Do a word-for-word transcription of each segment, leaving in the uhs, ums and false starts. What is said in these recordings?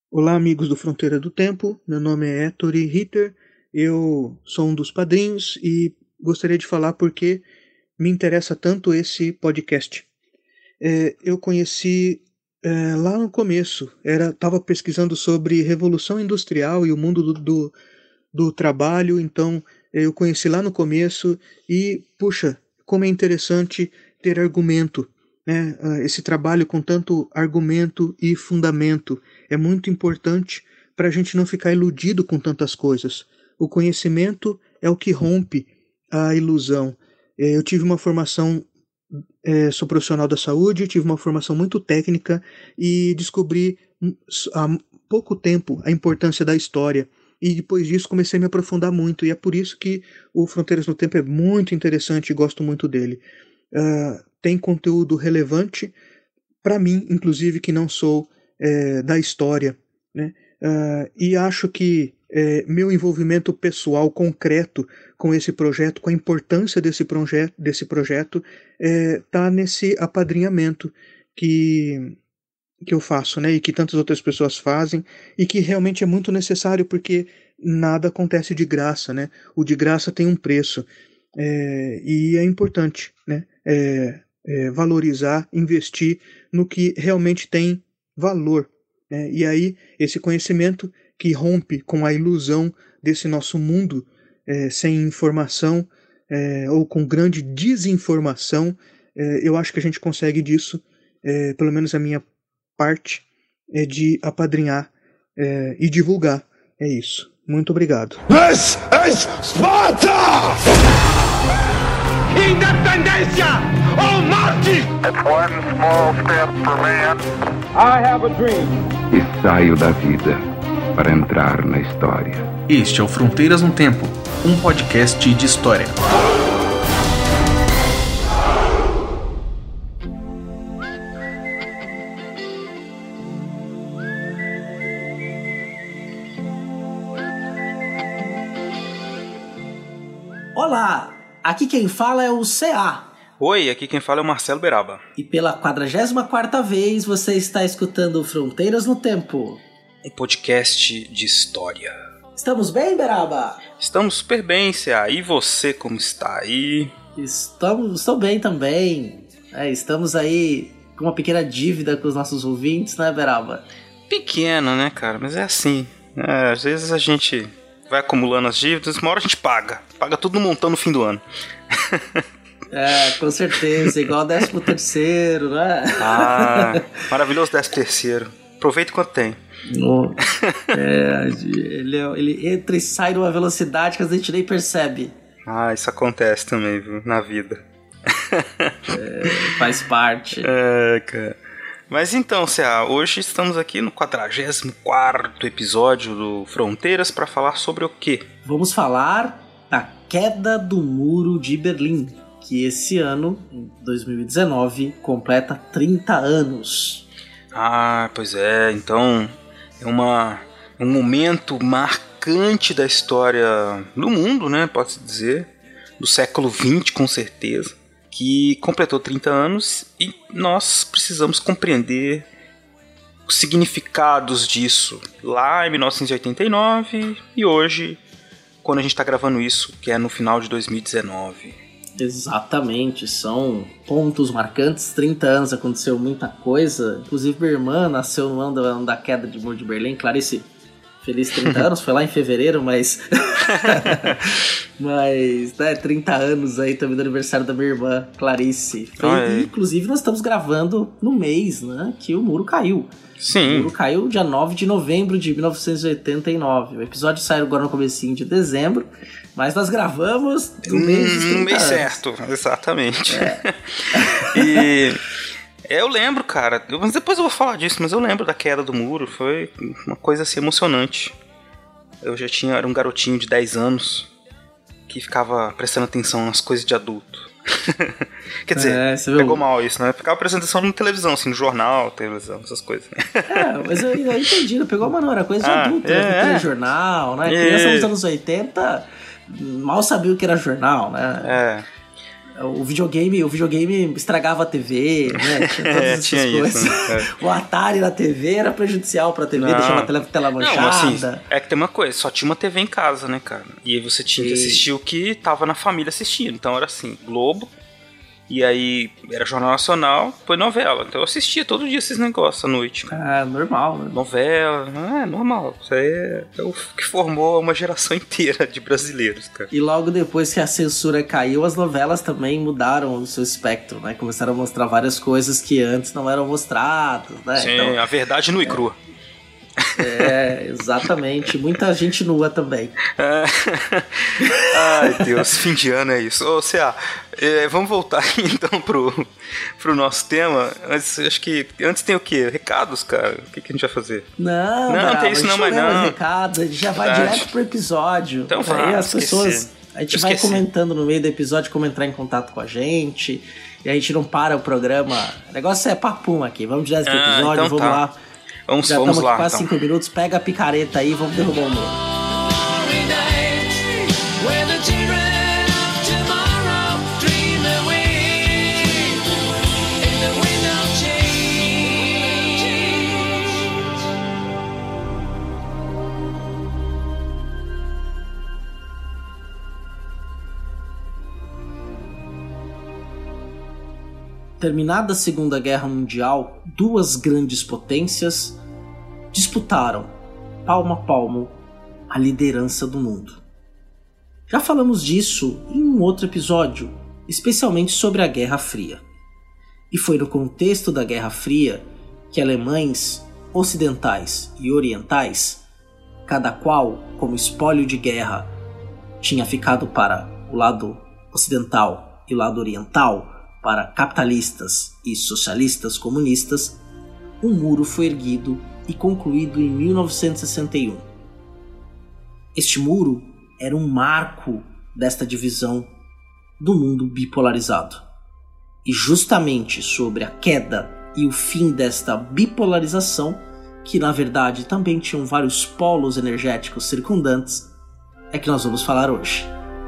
Olá, amigos do Fronteira do Tempo. Meu nome é Ettore Ritter. Eu sou um dos padrinhos e gostaria de falar porque me interessa tanto esse podcast. É, eu conheci é, lá no começo, estava pesquisando sobre Revolução Industrial e o mundo do, do, do trabalho, então eu conheci lá no começo e, puxa, como é interessante ter argumento, né? Esse trabalho com tanto argumento e fundamento é muito importante para a gente não ficar iludido com tantas coisas. O conhecimento é o que rompe a ilusão. Eu tive uma formação, é, sou profissional da saúde, tive uma formação muito técnica e descobri há pouco tempo a importância da história. E depois disso comecei a me aprofundar muito, e é por isso que o Fronteiras no Tempo é muito interessante e gosto muito dele. Uh, tem conteúdo relevante para mim, inclusive, que não sou é, da história, né? Uh, e acho que é, meu envolvimento pessoal concreto com esse projeto, com a importância desse, proje- desse projeto, está é, nesse apadrinhamento que, que eu faço, né? E que tantas outras pessoas fazem, e que realmente é muito necessário, porque nada acontece de graça, né? O de graça tem um preço. É, e é importante, né? É, é, valorizar, investir no que realmente tem valor, né? E aí, esse conhecimento que rompe com a ilusão desse nosso mundo é, sem informação é, ou com grande desinformação, é, eu acho que a gente consegue disso, é, pelo menos a minha parte, é de apadrinhar é, e divulgar. É isso. Muito obrigado. This is Sparta! Independencia or morte! It's one small step for man. I have a dream. E saio da vida para entrar na história. Este é o Fronteiras no Tempo, um podcast de história. Olá, aqui quem fala é o C A. Oi, aqui quem fala é o Marcelo Beraba. E pela quadragésima quarta vez você está escutando Fronteiras no Tempo, um podcast de história. Estamos bem, Beraba? Estamos super bem, C A. E você, como está aí? Estamos, estou bem também. É, estamos aí com uma pequena dívida com os nossos ouvintes, né, Beraba? Pequena, né, cara? Mas é assim. É, às vezes a gente vai acumulando as dívidas, uma hora a gente paga. Paga tudo no montão no fim do ano. É, com certeza. Igual décimo terceiro, né? Ah, maravilhoso décimo terceiro. Aproveita quanto tem. Oh, é, ele, ele entra e sai numa velocidade que a gente nem percebe. Ah, isso acontece também, viu, na vida. É, faz parte. É, cara. Mas então, C A, hoje estamos aqui no quadragésimo quarto episódio do Fronteiras para falar sobre o quê? Vamos falar da queda do Muro de Berlim, que esse ano, em dois mil e dezenove, completa trinta anos. Ah, pois é, então é uma, um momento marcante da história do mundo, né, pode-se dizer, do século vinte com certeza, que completou trinta anos e nós precisamos compreender os significados disso lá em mil novecentos e oitenta e nove e hoje, quando a gente está gravando isso, que é no final de dois mil e dezenove. Exatamente, são pontos marcantes, trinta anos, aconteceu muita coisa, inclusive minha irmã nasceu no ano da, ano da queda de Muro de Berlim. Clarice, feliz trinta anos, foi lá em fevereiro, mas mas, né, trinta anos aí também do aniversário da minha irmã, Clarice. Foi, ah, é. Inclusive nós estamos gravando no mês, né, que o muro caiu. Sim. O muro caiu dia nove de novembro de mil novecentos e oitenta e nove. O episódio saiu agora no comecinho de dezembro, mas nós gravamos no mês dos trinta No mês anos. certo, exatamente. É. E eu lembro, cara, eu, mas depois eu vou falar disso, mas eu lembro da queda do muro, foi uma coisa assim emocionante. Eu já tinha, era um garotinho de dez anos que ficava prestando atenção nas coisas de adulto. Quer dizer, é, pegou mal isso, né? Ficava prestando atenção na televisão, assim, no jornal, televisão, essas coisas. É, mas eu, eu entendi, não pegou mal não, era coisa de Ah, adulto, é, né? é. Telejornal, né? É. Criança nos anos oitenta mal sabia o que era jornal, né? É. O videogame, o videogame estragava a T V, né? Tinha todas é, essas tinha coisas. Isso, né? O Atari na T V era prejudicial pra T V, não, deixava a tela, tela manchada. Não, assim, é que tem uma coisa, só tinha uma T V em casa, né, cara? E aí você tinha Sim. que assistir o que tava na família assistindo. Então era assim, Globo, e aí era Jornal Nacional, depois novela. Então eu assistia todo dia esses negócios à noite. Ah, normal, né? Novela, é normal. Isso aí é, é o que formou uma geração inteira de brasileiros, cara. E logo depois que a censura caiu, as novelas também mudaram o seu espectro, né? Começaram a mostrar várias coisas que antes não eram mostradas, né? Sim, então, a verdade nua e crua. É, exatamente. Muita gente nua também. É. Ai, Deus, fim de ano é isso. Ô, C A, é, vamos voltar então pro, pro nosso tema. Mas acho que antes tem o quê? Recados, cara? O que, que a gente vai fazer? Não, não, não tem isso não, mas não. Recados, a gente já vai Verdade. direto pro episódio. Então vai, aí as esqueci. pessoas... A gente Eu vai esqueci. comentando no meio do episódio como entrar em contato com a gente. E a gente não para o programa. O negócio é papum aqui. Vamos direto pro Ah, episódio, então vamos tá. lá. Vamos, Já vamos estamos lá, aqui quase então. cinco minutos. Pega a picareta aí e vamos derrubar o muro. Terminada a Segunda Guerra Mundial, duas grandes potências disputaram, palmo a palmo, a liderança do mundo. Já falamos disso em um outro episódio, especialmente sobre a Guerra Fria. E foi no contexto da Guerra Fria que alemães ocidentais e orientais, cada qual como espólio de guerra, tinha ficado para o lado ocidental e o lado oriental, para capitalistas e socialistas comunistas, um muro foi erguido e concluído em mil novecentos e sessenta e um. Este muro era um marco desta divisão do mundo bipolarizado. E justamente sobre a queda e o fim desta bipolarização, que na verdade também tinham vários polos energéticos circundantes, é que nós vamos falar hoje.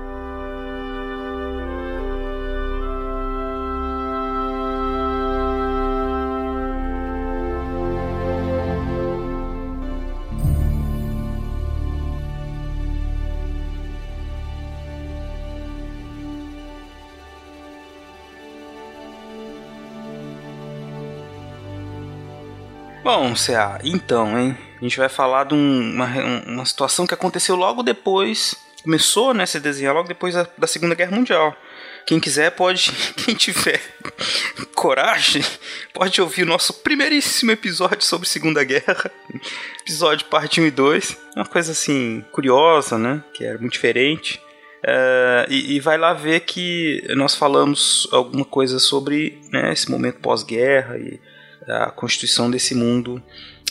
Bom, C A, então, hein? A gente vai falar de um, uma, uma situação que aconteceu logo depois, começou, né, a se desenhar logo depois da, da Segunda Guerra Mundial. Quem quiser pode, quem tiver coragem, pode ouvir o nosso primeiríssimo episódio sobre Segunda Guerra, episódio parte um e dois, uma coisa assim, curiosa, né, que era muito diferente. Uh, e, e vai lá ver que nós falamos alguma coisa sobre, né, esse momento pós-guerra e a constituição desse mundo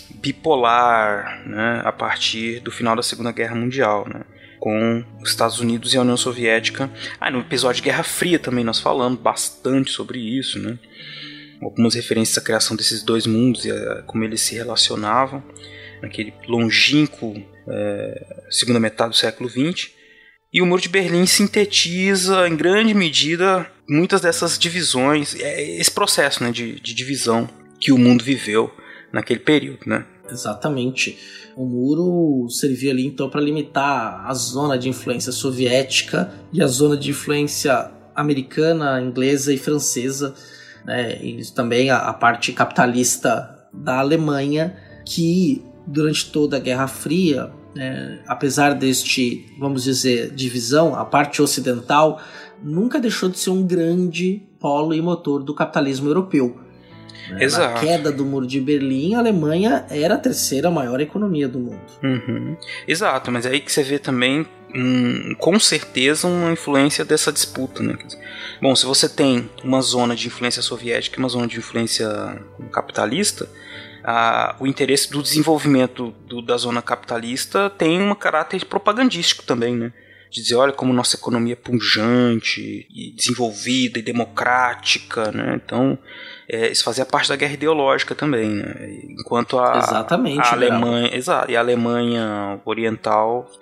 bipolar, né, a partir do final da Segunda Guerra Mundial, né, com os Estados Unidos e a União Soviética. Ah, no episódio de Guerra Fria também nós falamos bastante sobre isso, né, algumas referências à criação desses dois mundos e a, como eles se relacionavam naquele longínquo é, segunda metade do século vinte. E o Muro de Berlim sintetiza em grande medida muitas dessas divisões, esse processo, né, de, de divisão que o mundo viveu naquele período, né? Exatamente. O muro servia ali então para limitar a zona de influência soviética e a zona de influência americana, inglesa e francesa, né? E também a, a parte capitalista da Alemanha, que durante toda a Guerra Fria, né, apesar deste, vamos dizer, divisão, a parte ocidental nunca deixou de ser um grande polo e motor do capitalismo europeu. Exato. Na queda do Muro de Berlim, a Alemanha era a terceira maior economia do mundo. Uhum. Exato, mas é aí que você vê também, hum, com certeza, uma influência dessa disputa, né? Bom, se você tem uma zona de influência soviética e uma zona de influência capitalista, ah, o interesse do desenvolvimento do, da zona capitalista tem um caráter propagandístico também, né? De dizer, olha como nossa economia é pujante, e desenvolvida e democrática, né? Então, é, isso fazia parte da guerra ideológica também, né? Enquanto a, Exatamente, a Alemanha, exato, e a Alemanha Oriental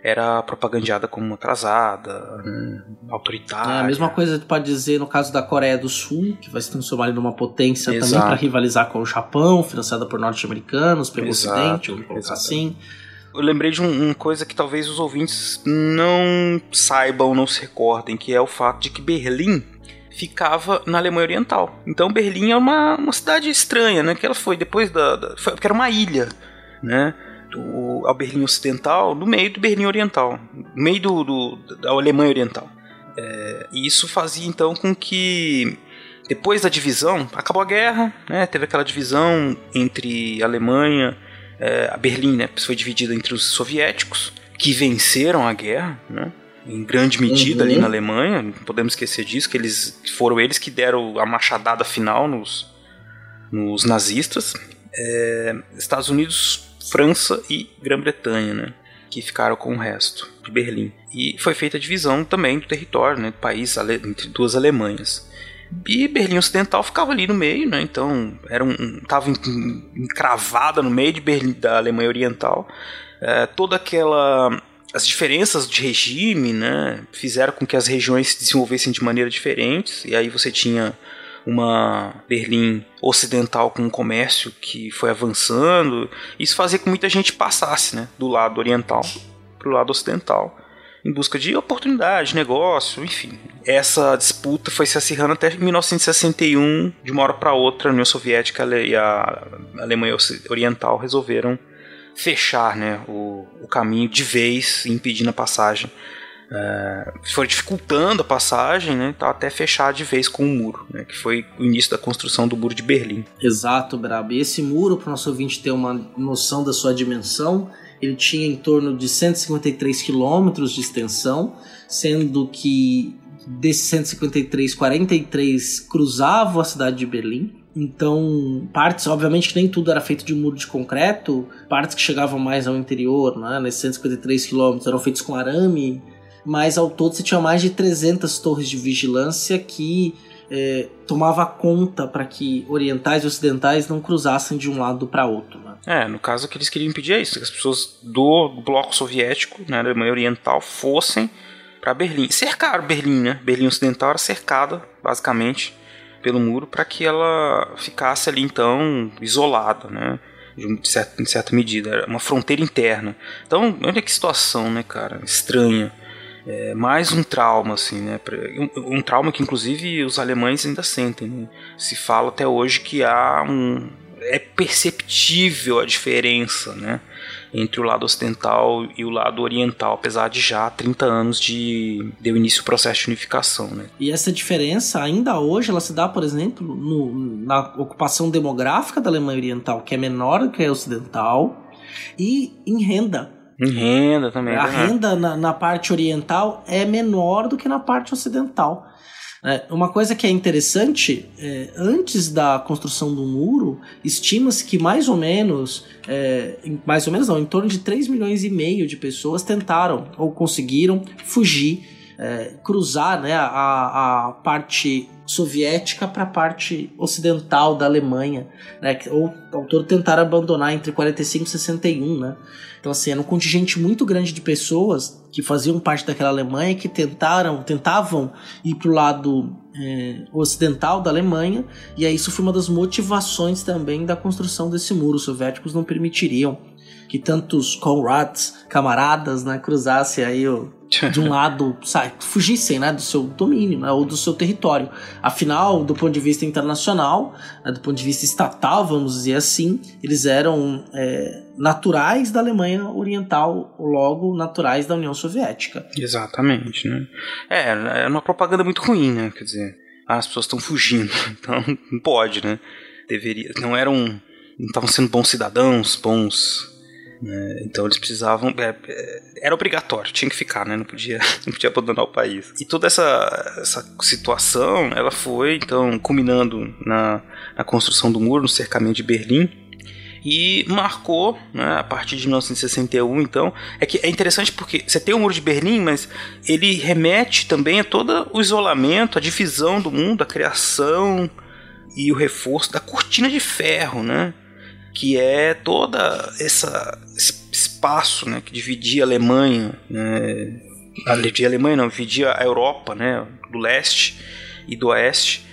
era propagandeada como atrasada, né, autoritária. É, a mesma coisa que pode dizer no caso da Coreia do Sul, que vai se transformar numa potência Exato. também para rivalizar com o Japão, financiada por norte-americanos, pelo Exato, Ocidente, vamos colocar assim. Eu lembrei de um, uma coisa que talvez os ouvintes não saibam, não se recordem, que é o fato de que Berlim ficava na Alemanha Oriental. Então Berlim é uma, uma cidade estranha, né? Que ela foi depois da... da foi, que era uma ilha, né? Do, ao Berlim Ocidental, no meio do Berlim Oriental, no meio do, do, da Alemanha Oriental. É, e isso fazia então com que depois da divisão, acabou a guerra, né, teve aquela divisão entre a Alemanha, é, a Berlim, né, foi dividida entre os soviéticos, que venceram a guerra, né, em grande medida uhum. ali na Alemanha, não podemos esquecer disso, que eles, foram eles que deram a machadada final nos, nos nazistas. É, Estados Unidos, França e Grã-Bretanha, né, que ficaram com o resto de Berlim. E foi feita a divisão também do território, né, do país entre duas Alemanhas. E Berlim Ocidental ficava ali no meio, né, então era um, estava encravada no meio de Berlim, da Alemanha Oriental. É, toda aquela... As diferenças de regime, né, fizeram com que as regiões se desenvolvessem de maneira diferentes. E aí você tinha uma Berlim Ocidental com um comércio que foi avançando. Isso fazia com que muita gente passasse, né, do lado oriental para o lado ocidental, em busca de oportunidade, negócio, enfim. Essa disputa foi se acirrando até mil novecentos e sessenta e um, de uma hora para outra, a União Soviética e a Alemanha Oriental resolveram fechar, né, o, o caminho de vez, impedindo a passagem. Uh, foi dificultando a passagem, né, até fechar de vez com o muro, né, que foi o início da construção do Muro de Berlim. Exato, Brabo. E esse muro, para o nosso ouvinte ter uma noção da sua dimensão, ele tinha em torno de cento e cinquenta e três quilômetros de extensão, sendo que desses cento e cinquenta e três, quarenta e três cruzavam a cidade de Berlim. Então, partes, obviamente que nem tudo era feito de muro de concreto, partes que chegavam mais ao interior, né, nesses cento e cinquenta e três quilômetros, eram feitos com arame, mas ao todo você tinha mais de trezentas torres de vigilância que é, tomava conta para que orientais e ocidentais não cruzassem de um lado para outro. Né? É, no caso que eles queriam impedir é isso, que as pessoas do bloco soviético, né, da Alemanha Oriental, fossem para Berlim. Cercaram Berlim, né? Berlim Ocidental era cercada, basicamente, pelo muro, para que ela ficasse ali, então, isolada, né? De certa, em certa medida. Era uma fronteira interna. Então, olha que situação, né, cara? Estranha. É, mais um trauma, assim, né? Um, um trauma que, inclusive, os alemães ainda sentem, né? Se fala até hoje que há um... É perceptível a diferença, né, entre o lado ocidental e o lado oriental, apesar de já trinta anos de deu início ao processo de unificação, né? E essa diferença, ainda hoje, ela se dá, por exemplo, no, na ocupação demográfica da Alemanha Oriental, que é menor do que a ocidental, e em renda. Em renda também. A né? renda na, na parte oriental é menor do que na parte ocidental. É, uma coisa que é interessante, é, antes da construção do muro, estima-se que mais ou menos, é, mais ou menos não, em torno de três milhões e meio de pessoas tentaram ou conseguiram fugir, é, cruzar, né, a, a parte soviética para a parte ocidental da Alemanha, né, ou ao todo tentaram abandonar entre quarenta e cinco e sessenta e um, né? Então, assim, era um contingente muito grande de pessoas que faziam parte daquela Alemanha que tentaram, tentavam ir para o lado é, ocidental da Alemanha, e aí isso foi uma das motivações também da construção desse muro. Os soviéticos não permitiriam que tantos comrades, camaradas, né, cruzassem aí o, de um lado, sabe, fugissem, né, do seu domínio, né, ou do seu território. Afinal, do ponto de vista internacional, né, do ponto de vista estatal, vamos dizer assim, eles eram é, naturais da Alemanha Oriental, logo naturais da União Soviética. Exatamente, né? É, é uma propaganda muito ruim, né? Quer dizer, as pessoas estão fugindo, então não pode, né? Deveria, não eram, não estavam sendo bons cidadãos, bons... É, então eles precisavam, é, é, era obrigatório, tinha que ficar, né? Não podia, não podia abandonar o país. E toda essa, essa situação, ela foi então culminando na, na construção do muro, no cercamento de Berlim, e marcou, né, a partir de mil novecentos e sessenta e um, então, é que é interessante porque você tem o Muro de Berlim, mas ele remete também a todo o isolamento, a divisão do mundo, a criação e o reforço da cortina de ferro, né? Que é toda essa esse espaço, né, que dividia a Alemanha, né, a, dividia a Alemanha não, dividia a Europa, né, do leste e do oeste,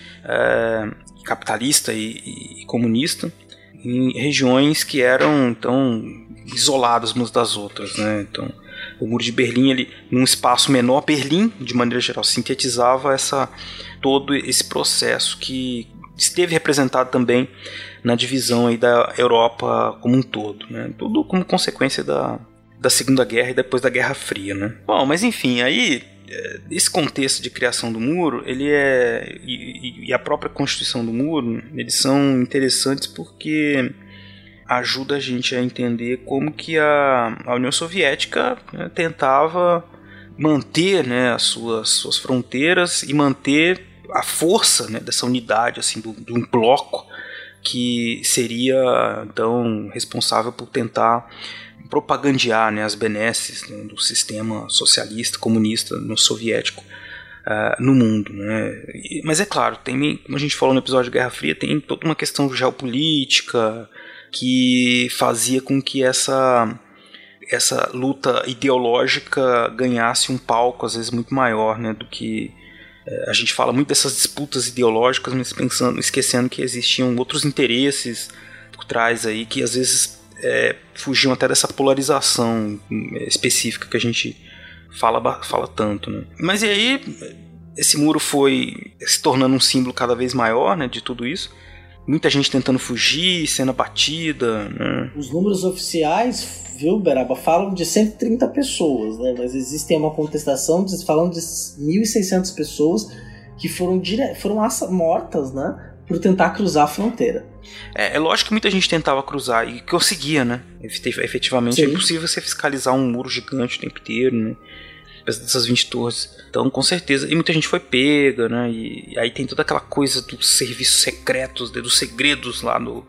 é, capitalista e, e comunista, em regiões que eram então isoladas umas das outras, né? Então, o Muro de Berlim, ele, num espaço menor, Berlim, de maneira geral, sintetizava essa, todo esse processo que esteve representado também na divisão aí da Europa como um todo, né? Tudo como consequência da, da Segunda Guerra e depois da Guerra Fria, né? Bom, mas enfim, aí esse contexto de criação do muro, ele é e, e a própria constituição do muro, eles são interessantes porque ajuda a gente a entender como que a, a União Soviética, né, tentava manter, né, as suas, suas fronteiras e manter a força, né, dessa unidade, assim, do, do um bloco que seria então responsável por tentar propagandear, né, as benesses, né, do sistema socialista, comunista, no soviético uh, no mundo, né? E, mas é claro, tem, como a gente falou no episódio de Guerra Fria, tem toda uma questão geopolítica que fazia com que essa, essa luta ideológica ganhasse um palco às vezes muito maior, né, do que uh, a gente fala muito dessas disputas ideológicas, mas pensando, esquecendo que existiam outros interesses por trás aí que às vezes É, fugiam até dessa polarização específica que a gente fala, fala tanto, né? Mas e aí, esse muro foi se tornando um símbolo cada vez maior, né, de tudo isso. Muita gente tentando fugir, sendo abatida, né? Os números oficiais, viu, Beraba, falam de cento e trinta pessoas, né? Mas existe uma contestação falando de mil e seiscentas pessoas que foram, dire... foram mortas, né, por tentar cruzar a fronteira. É, é lógico que muita gente tentava cruzar e conseguia, né? Efetivamente, Sim. É impossível você fiscalizar um muro gigante o tempo inteiro, né? Dessas vinte torres. Então, com certeza. E muita gente foi pega, né? E, e aí tem toda aquela coisa dos serviços secretos, dos segredos lá no,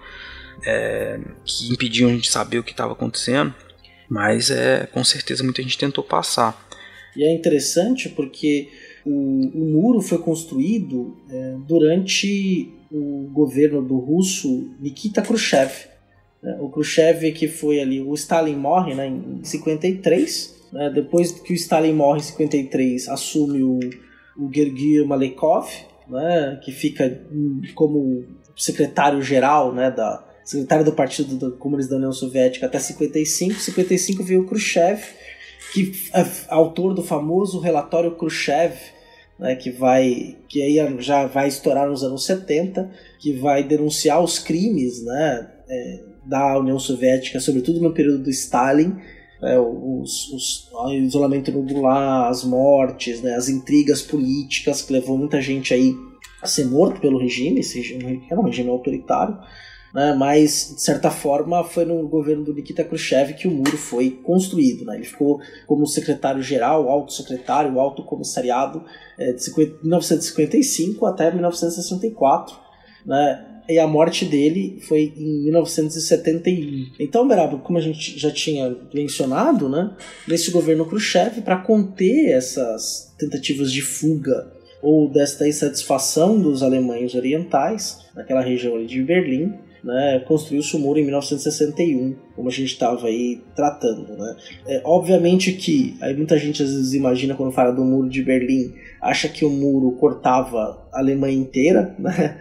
é, que impediam a gente saber o que estava acontecendo. Mas, é, com certeza, muita gente tentou passar. E é interessante porque o, o muro foi construído é, durante o governo do russo Nikita Khrushchev. O Khrushchev, que foi ali, o Stalin morre, né, em cinquenta e três, né, depois que o Stalin morre em cinquenta e três, assume o, o Georgy Malekov, né, que fica como secretário-geral, né, da, secretário do Partido Comunista da União Soviética até cinquenta e cinco. Em cinquenta e cinco veio o Khrushchev, que é autor do famoso relatório Khrushchev, né, que, vai, que aí já vai estourar nos anos setenta, que vai denunciar os crimes, né, é, da União Soviética, sobretudo no período do Stalin, né, os, os, o isolamento no Gulag, as mortes, né, as intrigas políticas que levou muita gente aí a ser morto pelo regime, esse regime era um regime autoritário, né, mas de certa forma foi no governo do Nikita Khrushchev que o muro foi construído, né? Ele ficou como secretário-geral, alto secretário, alto comissariado é, de mil novecentos e cinquenta e cinco até mil novecentos e sessenta e quatro, né? E a morte dele foi em mil novecentos e setenta e um. Então, Beraba, como a gente já tinha mencionado, né, nesse governo Khrushchev, para conter essas tentativas de fuga ou desta insatisfação dos alemães orientais naquela região ali de Berlim, né, construiu-se o muro em mil novecentos e sessenta e um, como a gente estava aí tratando, né. É, obviamente que aí muita gente às vezes imagina, quando fala do muro de Berlim, acha que o muro cortava a Alemanha inteira, né.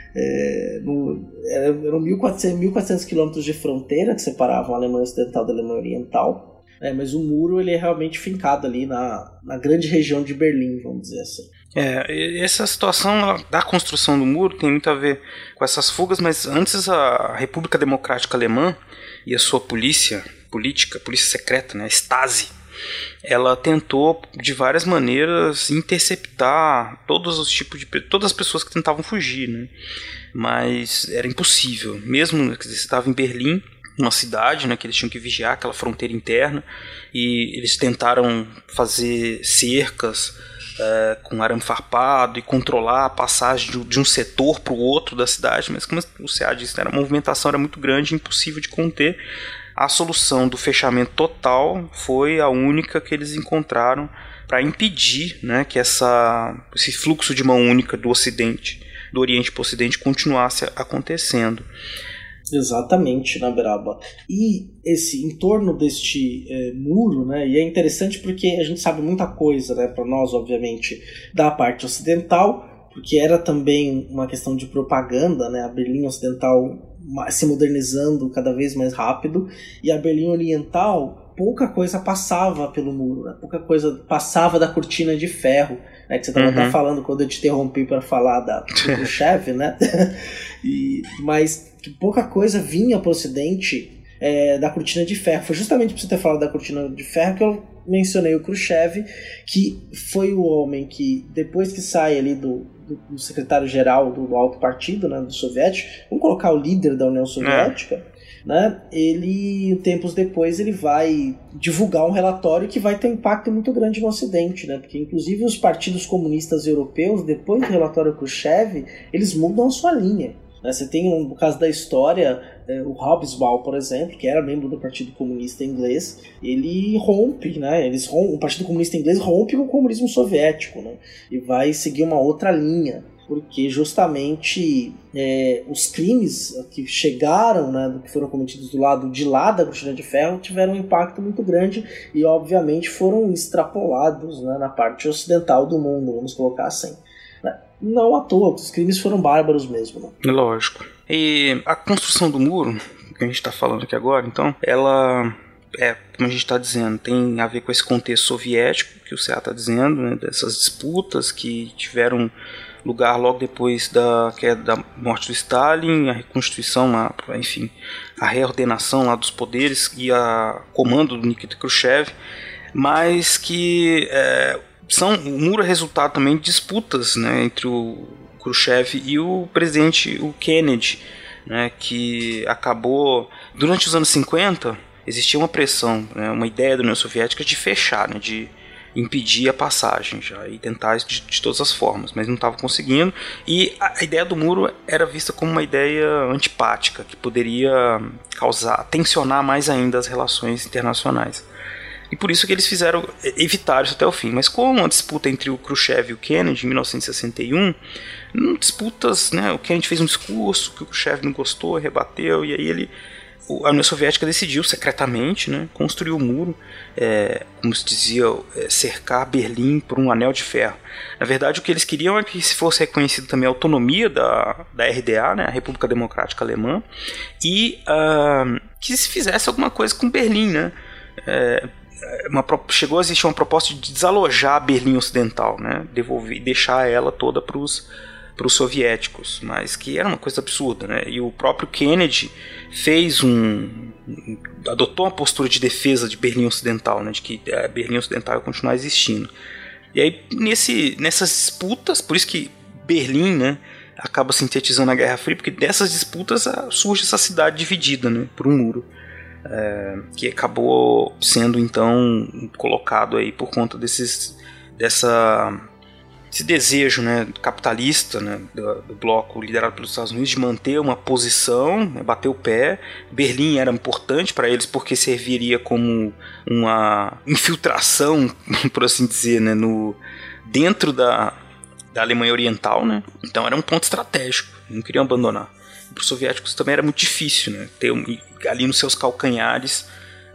É, no, eram mil e quatrocentos quilômetros de fronteira que separavam a Alemanha Ocidental da Alemanha Oriental, é, mas o muro ele é realmente fincado ali na, na grande região de Berlim, vamos dizer assim. É, essa situação da construção do muro tem muito a ver com essas fugas, mas antes a República Democrática Alemã e a sua polícia política, polícia secreta, né, a Stasi, ela tentou de várias maneiras interceptar todos os tipos de todas as pessoas que tentavam fugir, né? Mas era impossível, mesmo que estava em Berlim, uma cidade, né, que eles tinham que vigiar aquela fronteira interna, e eles tentaram fazer cercas É, com arame farpado e controlar a passagem de, de um setor para o outro da cidade, mas como o C A disse, né, a movimentação era muito grande e impossível de conter. A solução do fechamento total foi a única que eles encontraram para impedir, né, que essa, esse fluxo de mão única do Ocidente, do Oriente para o Ocidente, continuasse acontecendo. Exatamente, na Beraba. E esse em torno deste é, muro, né, e é interessante porque a gente sabe muita coisa, né, para nós, obviamente, da parte ocidental, porque era também uma questão de propaganda, né, a Berlim Ocidental se modernizando cada vez mais rápido, e a Berlim Oriental, pouca coisa passava pelo muro, né, pouca coisa passava da cortina de ferro, né, que você estava uhum. até falando quando eu te interrompi para falar da, do Khrushchev, né, e, mas que pouca coisa vinha para o Ocidente é, da cortina de ferro. Foi justamente por você ter falado da cortina de ferro que eu mencionei o Khrushchev, que foi o homem que, depois que sai ali do, do, do secretário-geral do alto partido, né, do soviético, vamos colocar o líder da União Soviética, é. né, ele, tempos depois, ele vai divulgar um relatório que vai ter um impacto muito grande no Ocidente, né, porque inclusive os partidos comunistas europeus, depois do relatório Khrushchev, eles mudam a sua linha. Você tem, no caso da história, o Hobsbawm, por exemplo, que era membro do Partido Comunista Inglês, ele rompe, né? Eles rompem, o Partido Comunista Inglês rompe com o comunismo soviético, né? E vai seguir uma outra linha, porque justamente é, os crimes que chegaram, né, que foram cometidos do lado de lá da cortina de ferro, tiveram um impacto muito grande e, obviamente, foram extrapolados, né, na parte ocidental do mundo, vamos colocar assim. Não à toa, os crimes foram bárbaros mesmo. Né? Lógico. E a construção do muro, que a gente está falando aqui agora, então, ela, é, como a gente está dizendo, tem a ver com esse contexto soviético, que o C A está dizendo, né, dessas disputas que tiveram lugar logo depois da queda da morte do Stalin, a reconstituição, a, enfim, a reordenação lá dos poderes e a comando do Nikita Khrushchev, mas que... É, São, o muro é resultado também de disputas, né, entre o Khrushchev e o presidente o Kennedy, né, que acabou... Durante os anos cinquenta, existia uma pressão, né, uma ideia da União Soviética de fechar, né, de impedir a passagem já, e tentar de, de todas as formas, mas não estava conseguindo. E a, a ideia do muro era vista como uma ideia antipática, que poderia causar, tensionar mais ainda as relações internacionais. E por isso que eles fizeram, evitaram isso até o fim. Mas com a disputa entre o Khrushchev e o Kennedy, em mil novecentos e sessenta e um, disputas, né, o Kennedy fez um discurso que o Khrushchev não gostou, rebateu, e aí ele, a União Soviética decidiu secretamente, né, construir o muro, é, como se dizia, é, cercar Berlim por um anel de ferro. Na verdade, o que eles queriam é que se fosse reconhecido também a autonomia da, da R D A, né, a República Democrática Alemã, e uh, que se fizesse alguma coisa com Berlim, né. É, Uma, chegou a existir uma proposta de desalojar a Berlim Ocidental, né? Devolver, deixar ela toda para os soviéticos, mas que era uma coisa absurda, né? E o próprio Kennedy fez um, adotou uma postura de defesa de Berlim Ocidental, né? De que a Berlim Ocidental ia continuar existindo. E aí nesse, nessas disputas, por isso que Berlim, né, acaba sintetizando a Guerra Fria, porque dessas disputas surge essa cidade dividida, né, por um muro. É, que acabou sendo então colocado aí por conta desses, dessa, esse desejo, né, capitalista, né, do, do bloco liderado pelos Estados Unidos de manter uma posição, né, bater o pé. Berlim era importante para eles porque serviria como uma infiltração, por assim dizer, né, no, dentro da, da Alemanha Oriental, né? Então era um ponto estratégico, não queriam abandonar. Para os soviéticos também era muito difícil, né, ter um, ali nos seus calcanhares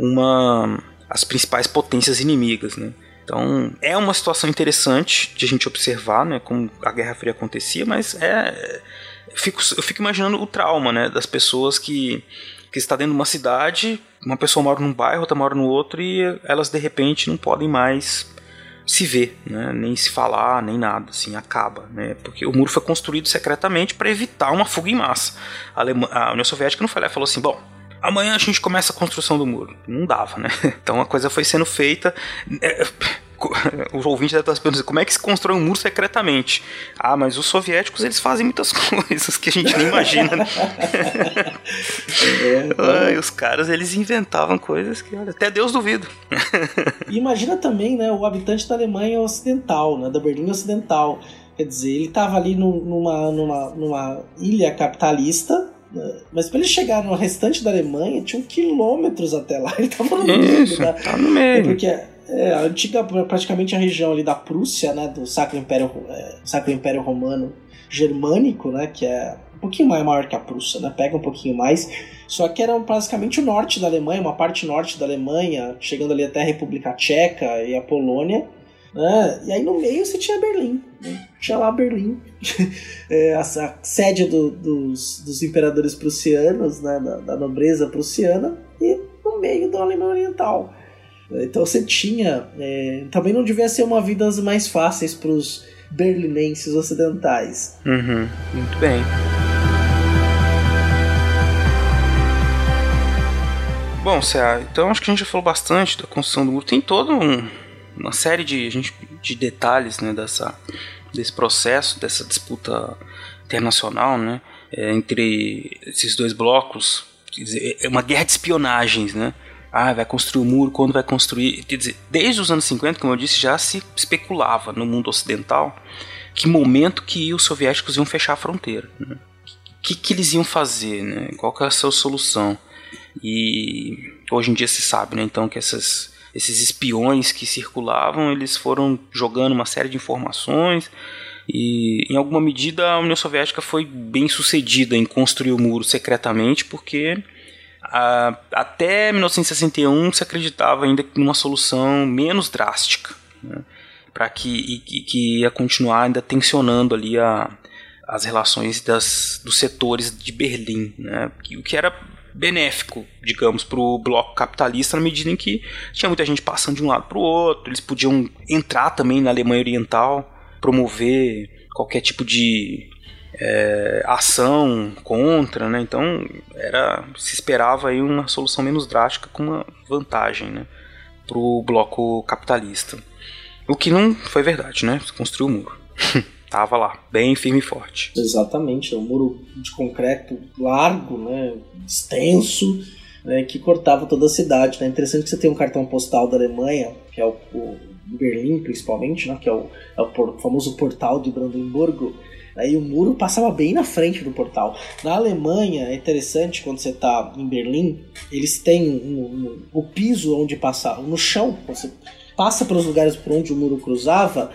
uma, as principais potências inimigas, né? Então é uma situação interessante de a gente observar, né, como a Guerra Fria acontecia, mas é, eu, fico, eu fico imaginando o trauma, né, das pessoas que, que está dentro de uma cidade, uma pessoa mora num bairro, outra mora no outro, e elas de repente não podem mais se ver, né, nem se falar, nem nada, assim, acaba, né, porque o muro foi construído secretamente para evitar uma fuga em massa. A, Alema, a União Soviética não foi lá e falou assim, bom, amanhã a gente começa a construção do muro. Não dava, né? Então a coisa foi sendo feita. O ouvinte deve estar se perguntando, como é que se constrói um muro secretamente? Ah, mas os soviéticos, eles fazem muitas coisas que a gente nem imagina, né? É, então... Ai, os caras, eles inventavam coisas que, olha, até Deus duvida. E imagina também, né, o habitante da Alemanha Ocidental, né, da Berlim Ocidental. Quer dizer, ele estava ali no, numa, numa, numa ilha capitalista, mas para ele chegar no restante da Alemanha tinham quilômetros até lá. Ele estava no meio, Isso, né? tá no meio. Porque é, a antiga, praticamente a região ali da Prússia, né, do Sacro Império, é, Sacro Império Romano Germânico, né, que é um pouquinho mais maior que a Prússia, né? Pega um pouquinho mais. Só que era basicamente o norte da Alemanha, uma parte norte da Alemanha, chegando ali até a República Tcheca e a Polônia. Né? E aí no meio você tinha Berlim. Né? Tinha lá Berlim, é, a, a sede do, dos, dos imperadores prussianos, né? da, da nobreza prussiana, e no meio da Alemanha Oriental. Então você tinha... É, também não devia ser uma vida das mais fáceis para os berlinenses ocidentais. Uhum, muito bem. Bom, Céa, então acho que a gente já falou bastante da construção do muro. Tem toda um, uma série de, gente, de detalhes, né, dessa, desse processo, dessa disputa internacional, né, é, entre esses dois blocos. Quer dizer, é uma guerra de espionagens, né? Ah, vai construir o muro, quando vai construir... Quer dizer, desde os anos cinquenta, como eu disse, já se especulava no mundo ocidental que momento que os soviéticos iam fechar a fronteira. Né? O que, que eles iam fazer, né? Qual que era a sua solução? E hoje em dia se sabe, né, então, que essas, esses espiões que circulavam, eles foram jogando uma série de informações e, em alguma medida, a União Soviética foi bem sucedida em construir o muro secretamente, porque... Uh, até mil novecentos e sessenta e um se acreditava ainda numa solução menos drástica, né, para que, que, que ia continuar ainda tensionando ali a, as relações das, dos setores de Berlim, né, o que era benéfico, digamos, para o bloco capitalista, na medida em que tinha muita gente passando de um lado para o outro, eles podiam entrar também na Alemanha Oriental, promover qualquer tipo de É, ação contra, né? Então era, se esperava aí uma solução menos drástica com uma vantagem, né, para o bloco capitalista. O que não foi verdade, né? Construiu o muro. Tava lá, bem firme e forte. Exatamente, é um muro de concreto largo, né, extenso, né, que cortava toda a cidade. É, né? Interessante que você tem um cartão postal da Alemanha, que é o, o Berlim principalmente, né, que é o, é o por, famoso portal de Brandemburgo. Aí o muro passava bem na frente do portal. Na Alemanha, é interessante, quando você está em Berlim, eles têm um, um, o piso onde passa, no chão, quando você passa pelos lugares por onde o muro cruzava,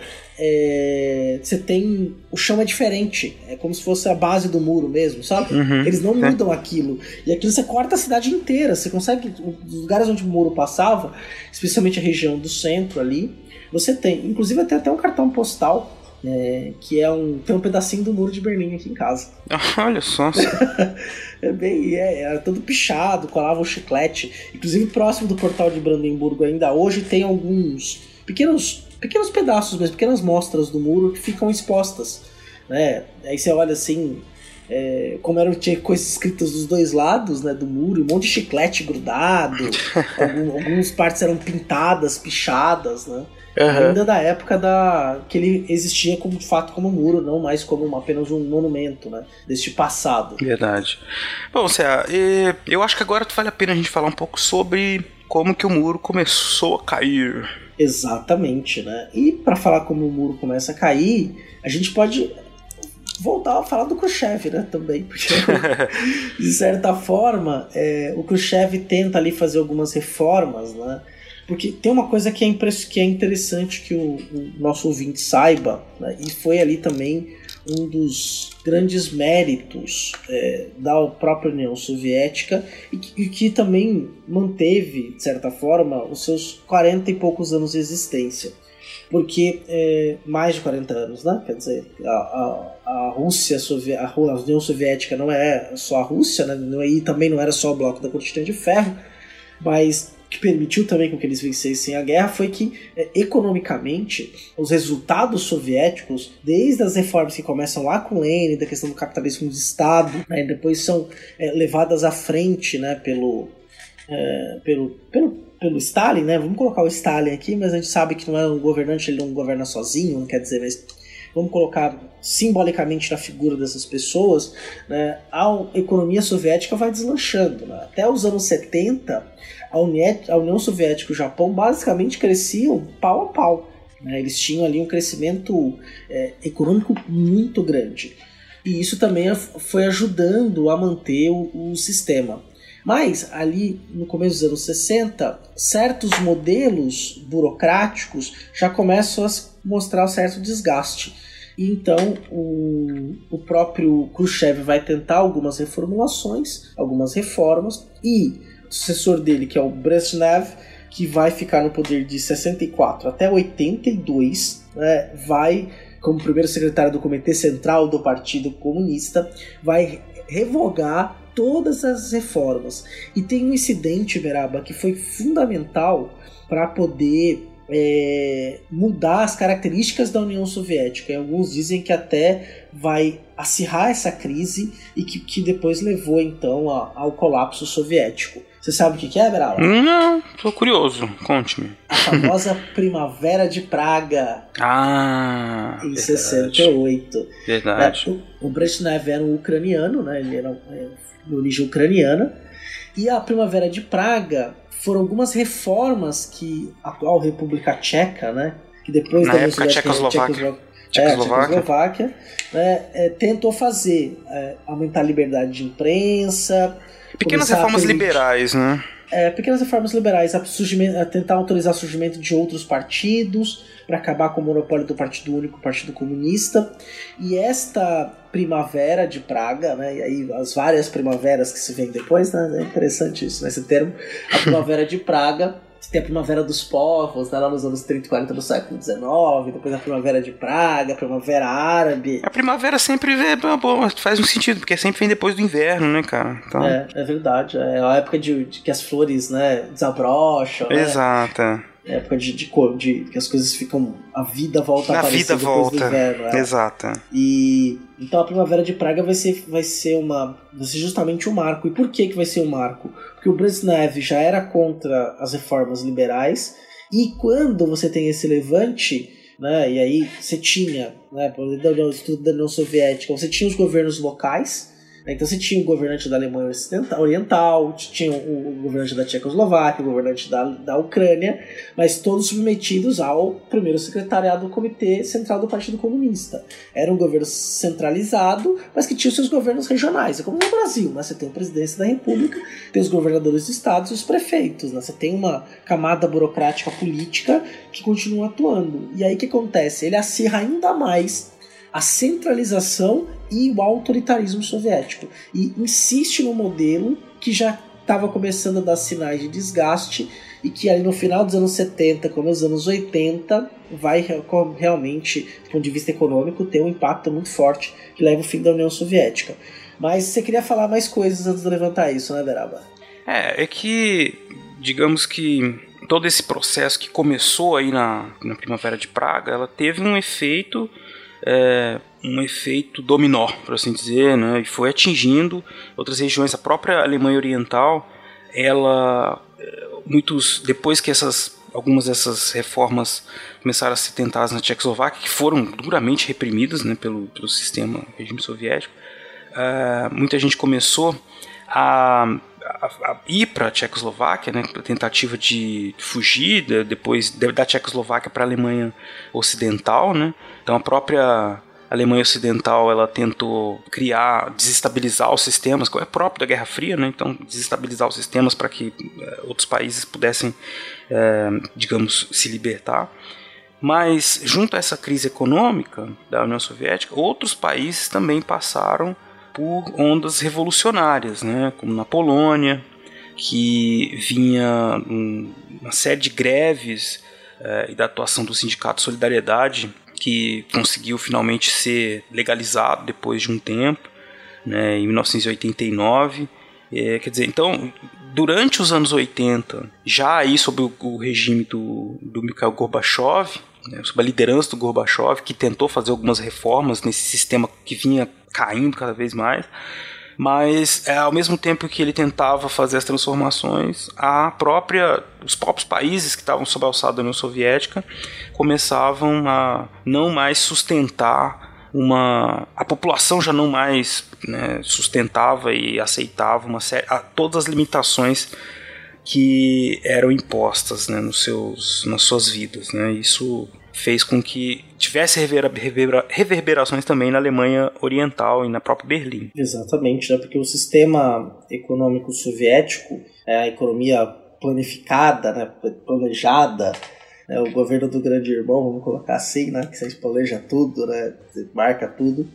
é, você tem, o chão é diferente, é como se fosse a base do muro mesmo, sabe? Uhum, eles não é. mudam aquilo, e aquilo você corta a cidade inteira, você consegue, os lugares onde o muro passava, especialmente a região do centro ali, você tem, inclusive tem até um cartão postal, É, que é um, tem um pedacinho do muro de Berlim aqui em casa. Olha só. é bem, é, era todo pichado, colava o chiclete. Inclusive próximo do portal de Brandemburgo ainda hoje tem alguns pequenos, pequenos pedaços mesmo, pequenas mostras do muro que ficam expostas, né? Aí você olha assim, é, como eram, tinha coisas escritas dos dois lados, né, do muro, um monte de chiclete grudado, algum, algumas partes eram pintadas, pichadas, né? Uhum. Ainda da época da, que ele existia como, de fato como muro, não mais como uma, apenas um monumento, né, deste passado. Verdade. Bom, Céa, eu acho que agora vale a pena a gente falar um pouco sobre como que o muro começou a cair. Exatamente, né? E para falar como o muro começa a cair, a gente pode voltar a falar do Khrushchev, né, também, porque de certa forma é, o Khrushchev tenta ali fazer algumas reformas, né? Porque tem uma coisa que é, impress- que é interessante que o, o nosso ouvinte saiba, né? E foi ali também um dos grandes méritos é, da própria União Soviética e que, e que também manteve, de certa forma, os seus quarenta e poucos anos de existência. Porque é, mais de quarenta anos, né? Quer dizer, a, a, a Rússia, a, a União Soviética não é só a Rússia, né? E também não era só o bloco da cortina de ferro, mas que permitiu também com que eles vencessem a guerra foi que, é, economicamente, os resultados soviéticos, desde as reformas que começam lá com Lenin, da questão do capitalismo de Estado, né, depois são é, levadas à frente, né, pelo, é, pelo, pelo, pelo Stalin, né, vamos colocar o Stalin aqui, mas a gente sabe que não é um governante, ele não governa sozinho, não quer dizer, mas vamos colocar simbolicamente na figura dessas pessoas, né, a economia soviética vai deslanchando, né, até os anos setenta, a União Soviética e o Japão basicamente cresciam pau a pau, né? Eles tinham ali um crescimento é, econômico muito grande. E isso também foi ajudando a manter o, o sistema. Mas ali no começo dos anos sessenta, certos modelos burocráticos já começam a mostrar um certo desgaste. E então o, o próprio Khrushchev vai tentar algumas reformulações, algumas reformas, e o sucessor dele, que é o Brezhnev, que vai ficar no poder de sessenta e quatro até oitenta e dois, né, vai, como primeiro secretário do Comitê Central do Partido Comunista, vai revogar todas as reformas. E tem um incidente, Beraba, que foi fundamental para poder é, mudar as características da União Soviética. E alguns dizem que até vai acirrar essa crise e que, que depois levou então a, ao colapso soviético. Você sabe o que, que é, Beraba? Não, tô curioso. Conte-me. A famosa Primavera de Praga. Ah, em verdade. sessenta e oito. Verdade. É, o, o Brezhnev era um ucraniano, né? Ele era é, de origem ucraniana. E a Primavera de Praga foram algumas reformas que a atual República Tcheca, né? Que depois Na da época Tchecoslováquia. Tchecoslováquia, Tchecoslováquia né, é, tentou fazer é, aumentar a liberdade de imprensa. Pequenas reformas permitir, liberais, né? É, pequenas reformas liberais, a, a tentar autorizar o surgimento de outros partidos para acabar com o monopólio do Partido Único, o Partido Comunista. E esta Primavera de Praga, né, e aí as várias primaveras que se vêm depois, né, é interessante isso, né, esse termo, a Primavera de Praga. Tem a Primavera dos Povos, né, lá nos anos trinta e quarenta do século dezenove, depois a Primavera de Praga, a Primavera Árabe. A primavera sempre é bom, faz um sentido, porque sempre vem depois do inverno, né, cara? Então... É, é verdade. É a época de, de que as flores, né, desabrocham. Exato. Né? É a época de, de, de, de que as coisas ficam... A vida volta a Na aparecer vida depois volta. do inverno. É. Exato. E então a Primavera de Praga vai ser, vai ser uma... Vai ser justamente um marco. E por que que vai ser um marco? Porque o Brezhnev já era contra as reformas liberais, e quando você tem esse levante, né, e aí você tinha, né, no estudo da União Soviética, você tinha os governos locais, né, então você tinha o governante da Alemanha Ocidental, Oriental, tinha o, o governante da Tchecoslováquia, o governante da, da Ucrânia, mas todos submetidos ao primeiro secretariado do Comitê Central do Partido Comunista. Era um governo centralizado, mas que tinha os seus governos regionais. É como no Brasil, né? Você tem a presidência da República, tem os governadores de estados e os prefeitos. Né? Você tem uma camada burocrática política que continua atuando. E aí o que acontece? Ele acirra ainda mais a centralização e o autoritarismo soviético. E insiste no modelo que já estava começando a dar sinais de desgaste e que ali no final dos anos setenta, começo dos anos oitenta, vai realmente, do ponto de vista econômico, ter um impacto muito forte que leva ao fim da União Soviética. Mas você queria falar mais coisas antes de levantar isso, né, Beraba? É, é que, digamos que todo esse processo que começou aí na, na Primavera de Praga, ela teve um efeito... É, um efeito dominó, por assim dizer, né? E foi atingindo outras regiões. A própria Alemanha Oriental, ela, muitos, depois que essas, algumas dessas reformas começaram a ser tentadas na Tchecoslováquia, que foram duramente reprimidas, né, pelo, pelo sistema, regime soviético, uh, muita gente começou a, a, a ir para a Tchecoslováquia, né, para tentativa de fugir de, depois da Tchecoslováquia para a Alemanha Ocidental, né? Então a própria Alemanha Ocidental, ela tentou criar, desestabilizar os sistemas, que é próprio da Guerra Fria, né? Então desestabilizar os sistemas para que é, outros países pudessem, é, digamos, se libertar. Mas junto a essa crise econômica da União Soviética, outros países também passaram por ondas revolucionárias, né? Como na Polônia, que vinha um, uma série de greves é, e da atuação do Sindicato Solidariedade, que conseguiu finalmente ser legalizado depois de um tempo, né, em mil novecentos e oitenta e nove. É, quer dizer, então, durante os anos oitenta, já aí sob o, o regime do, do Mikhail Gorbachev, né, sob a liderança do Gorbachev, que tentou fazer algumas reformas nesse sistema que vinha caindo cada vez mais, mas é, ao mesmo tempo que ele tentava fazer as transformações, a própria, os próprios países que estavam sob a alçada da União Soviética começavam a não mais sustentar uma... A população já não mais, né, sustentava e aceitava uma série, a, todas as limitações que eram impostas, né, nos seus, nas suas vidas, né? Isso fez com que tivesse reverbera, reverberações também na Alemanha Oriental e na própria Berlim. Exatamente, né? Porque o sistema econômico soviético, a economia planificada, né, planejada, né, o governo do grande irmão, vamos colocar assim, né, que você planeja tudo, né, você marca tudo,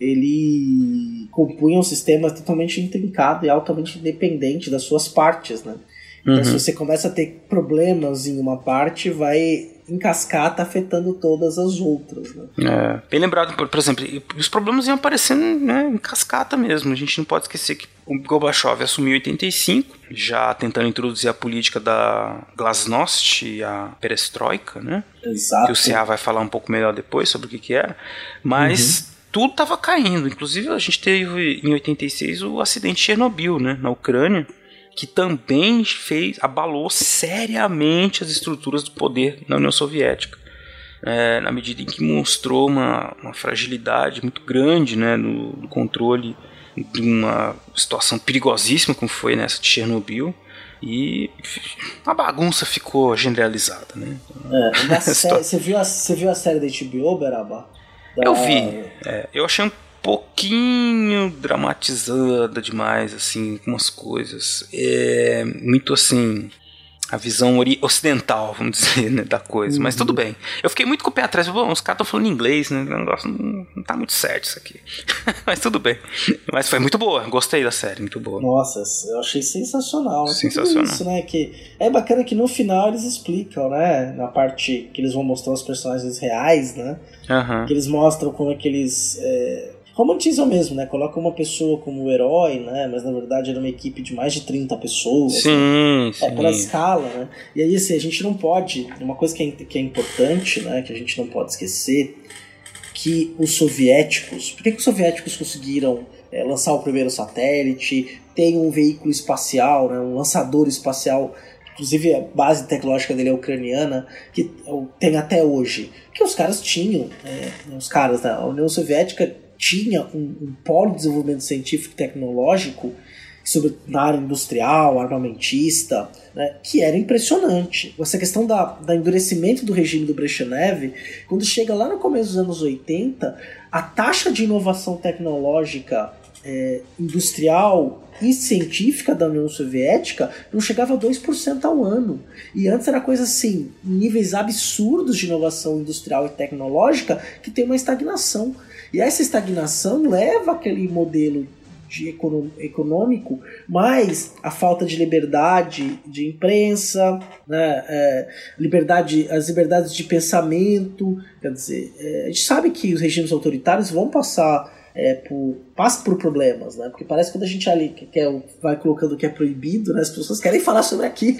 ele compunha um sistema totalmente intrincado e altamente independente das suas partes, né? Então, uhum. se você começa a ter problemas em uma parte, vai em cascata afetando todas as outras, né? É, bem lembrado, por, por exemplo, os problemas iam aparecendo, né, em cascata mesmo. A gente não pode esquecer que o Gorbachev assumiu em oitenta e cinco, já tentando introduzir a política da Glasnost e a Perestroika, né? Exato. Que o C A vai falar um pouco melhor depois sobre o que que era, mas uhum. tudo estava caindo. Inclusive a gente teve em oitenta e seis o acidente de Chernobyl, né, na Ucrânia, que também fez, abalou seriamente as estruturas do poder na União Soviética, é, na medida em que mostrou uma, uma fragilidade muito grande, né, no, no controle de uma situação perigosíssima como foi nessa de Chernobyl, e a bagunça ficou generalizada, né? É, na série, você, viu a, você viu a série da H B O, Beraba? Da... Eu vi, é, eu achei um pouquinho dramatizada demais, assim, algumas coisas. É muito assim, a visão ocidental, vamos dizer, né, da coisa. Uhum. Mas tudo bem. Eu fiquei muito com o pé atrás. Bom, os caras estão falando inglês, né? O negócio não, não tá muito certo isso aqui. Mas tudo bem. Mas foi muito boa. Gostei da série, muito boa. Nossa, eu achei sensacional. Sensacional. Isso, né? Que é bacana que no final eles explicam, né? Na parte que eles vão mostrar os personagens reais, né? Uhum. Que eles mostram como é que eles... É... romantizam mesmo, né? Colocam uma pessoa como herói, né? Mas na verdade era uma equipe de mais de trinta pessoas. Sim, né? sim. É pela escala, né? E aí, assim, a gente não pode... Uma coisa que é, que é importante, né? Que a gente não pode esquecer, que os soviéticos... Por que, que os soviéticos conseguiram é, lançar o primeiro satélite, ter um veículo espacial, né? Um lançador espacial... Inclusive a base tecnológica dele é ucraniana, que tem até hoje. Porque os caras tinham... É, os caras da União Soviética... tinha um, um polo de desenvolvimento científico e tecnológico sobre, na área industrial, armamentista, né, que era impressionante. Essa questão da, da endurecimento do regime do Brezhnev, quando chega lá no começo dos anos oitenta, a taxa de inovação tecnológica é, industrial e científica da União Soviética não chegava a dois por cento ao ano. E antes era coisa assim, níveis absurdos de inovação industrial e tecnológica que tem uma estagnação. E essa estagnação leva aquele modelo de econômico, mais a falta de liberdade de imprensa, né, é, liberdade, as liberdades de pensamento. Quer dizer, é, a gente sabe que os regimes autoritários vão passar é, por, passam por problemas, né? Porque parece que quando a gente ali quer, vai colocando o que é proibido, né, as pessoas querem falar sobre aquilo.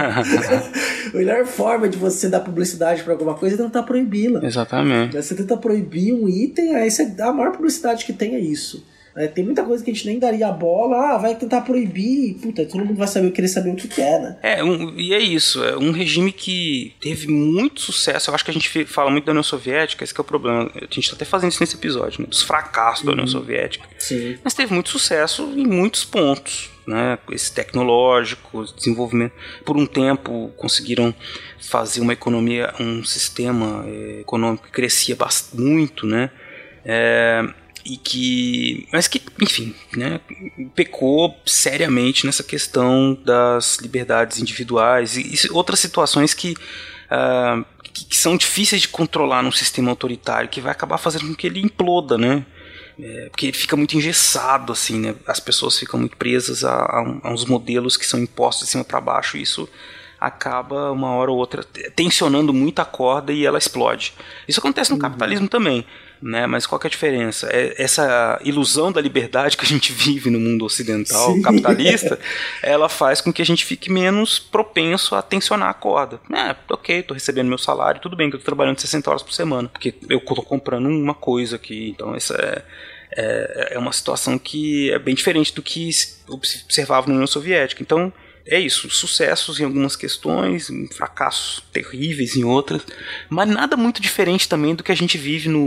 A melhor forma de você dar publicidade para alguma coisa é tentar proibi-la. Exatamente. Você tenta proibir um item, aí você dá a maior publicidade que tem é isso. É, tem muita coisa que a gente nem daria a bola, ah, vai tentar proibir, puta, todo mundo vai saber, querer saber o que é, né? É, um, e é isso, é um regime que teve muito sucesso. Eu acho que a gente fala muito da União Soviética, esse que é o problema. A gente tá até fazendo isso nesse episódio, né, dos fracassos da União uhum. Soviética. Sim. Mas teve muito sucesso em muitos pontos, né? Esse tecnológico, desenvolvimento. Por um tempo conseguiram fazer uma economia, um sistema é, econômico que crescia bastante, muito, né? É, e que, mas que, enfim, né, pecou seriamente nessa questão das liberdades individuais e, e outras situações que, uh, que, que são difíceis de controlar num sistema autoritário, que vai acabar fazendo com que ele imploda, né? É, porque ele fica muito engessado, assim, né? As pessoas ficam muito presas a, a, a uns modelos que são impostos de cima para baixo, e isso acaba uma hora ou outra tensionando muito a corda e ela explode. Isso acontece no uhum. capitalismo também, né? Mas qual que é a diferença? É essa ilusão da liberdade que a gente vive no mundo ocidental Sim. capitalista, ela faz com que a gente fique menos propenso a tensionar a corda. É, ok, tô recebendo meu salário, tudo bem que eu tô trabalhando sessenta horas por semana, porque eu tô comprando uma coisa aqui, então essa é, é, é uma situação que é bem diferente do que se observava na União Soviética. Então é isso, sucessos em algumas questões, fracassos terríveis em outras, mas nada muito diferente também do que a gente vive no,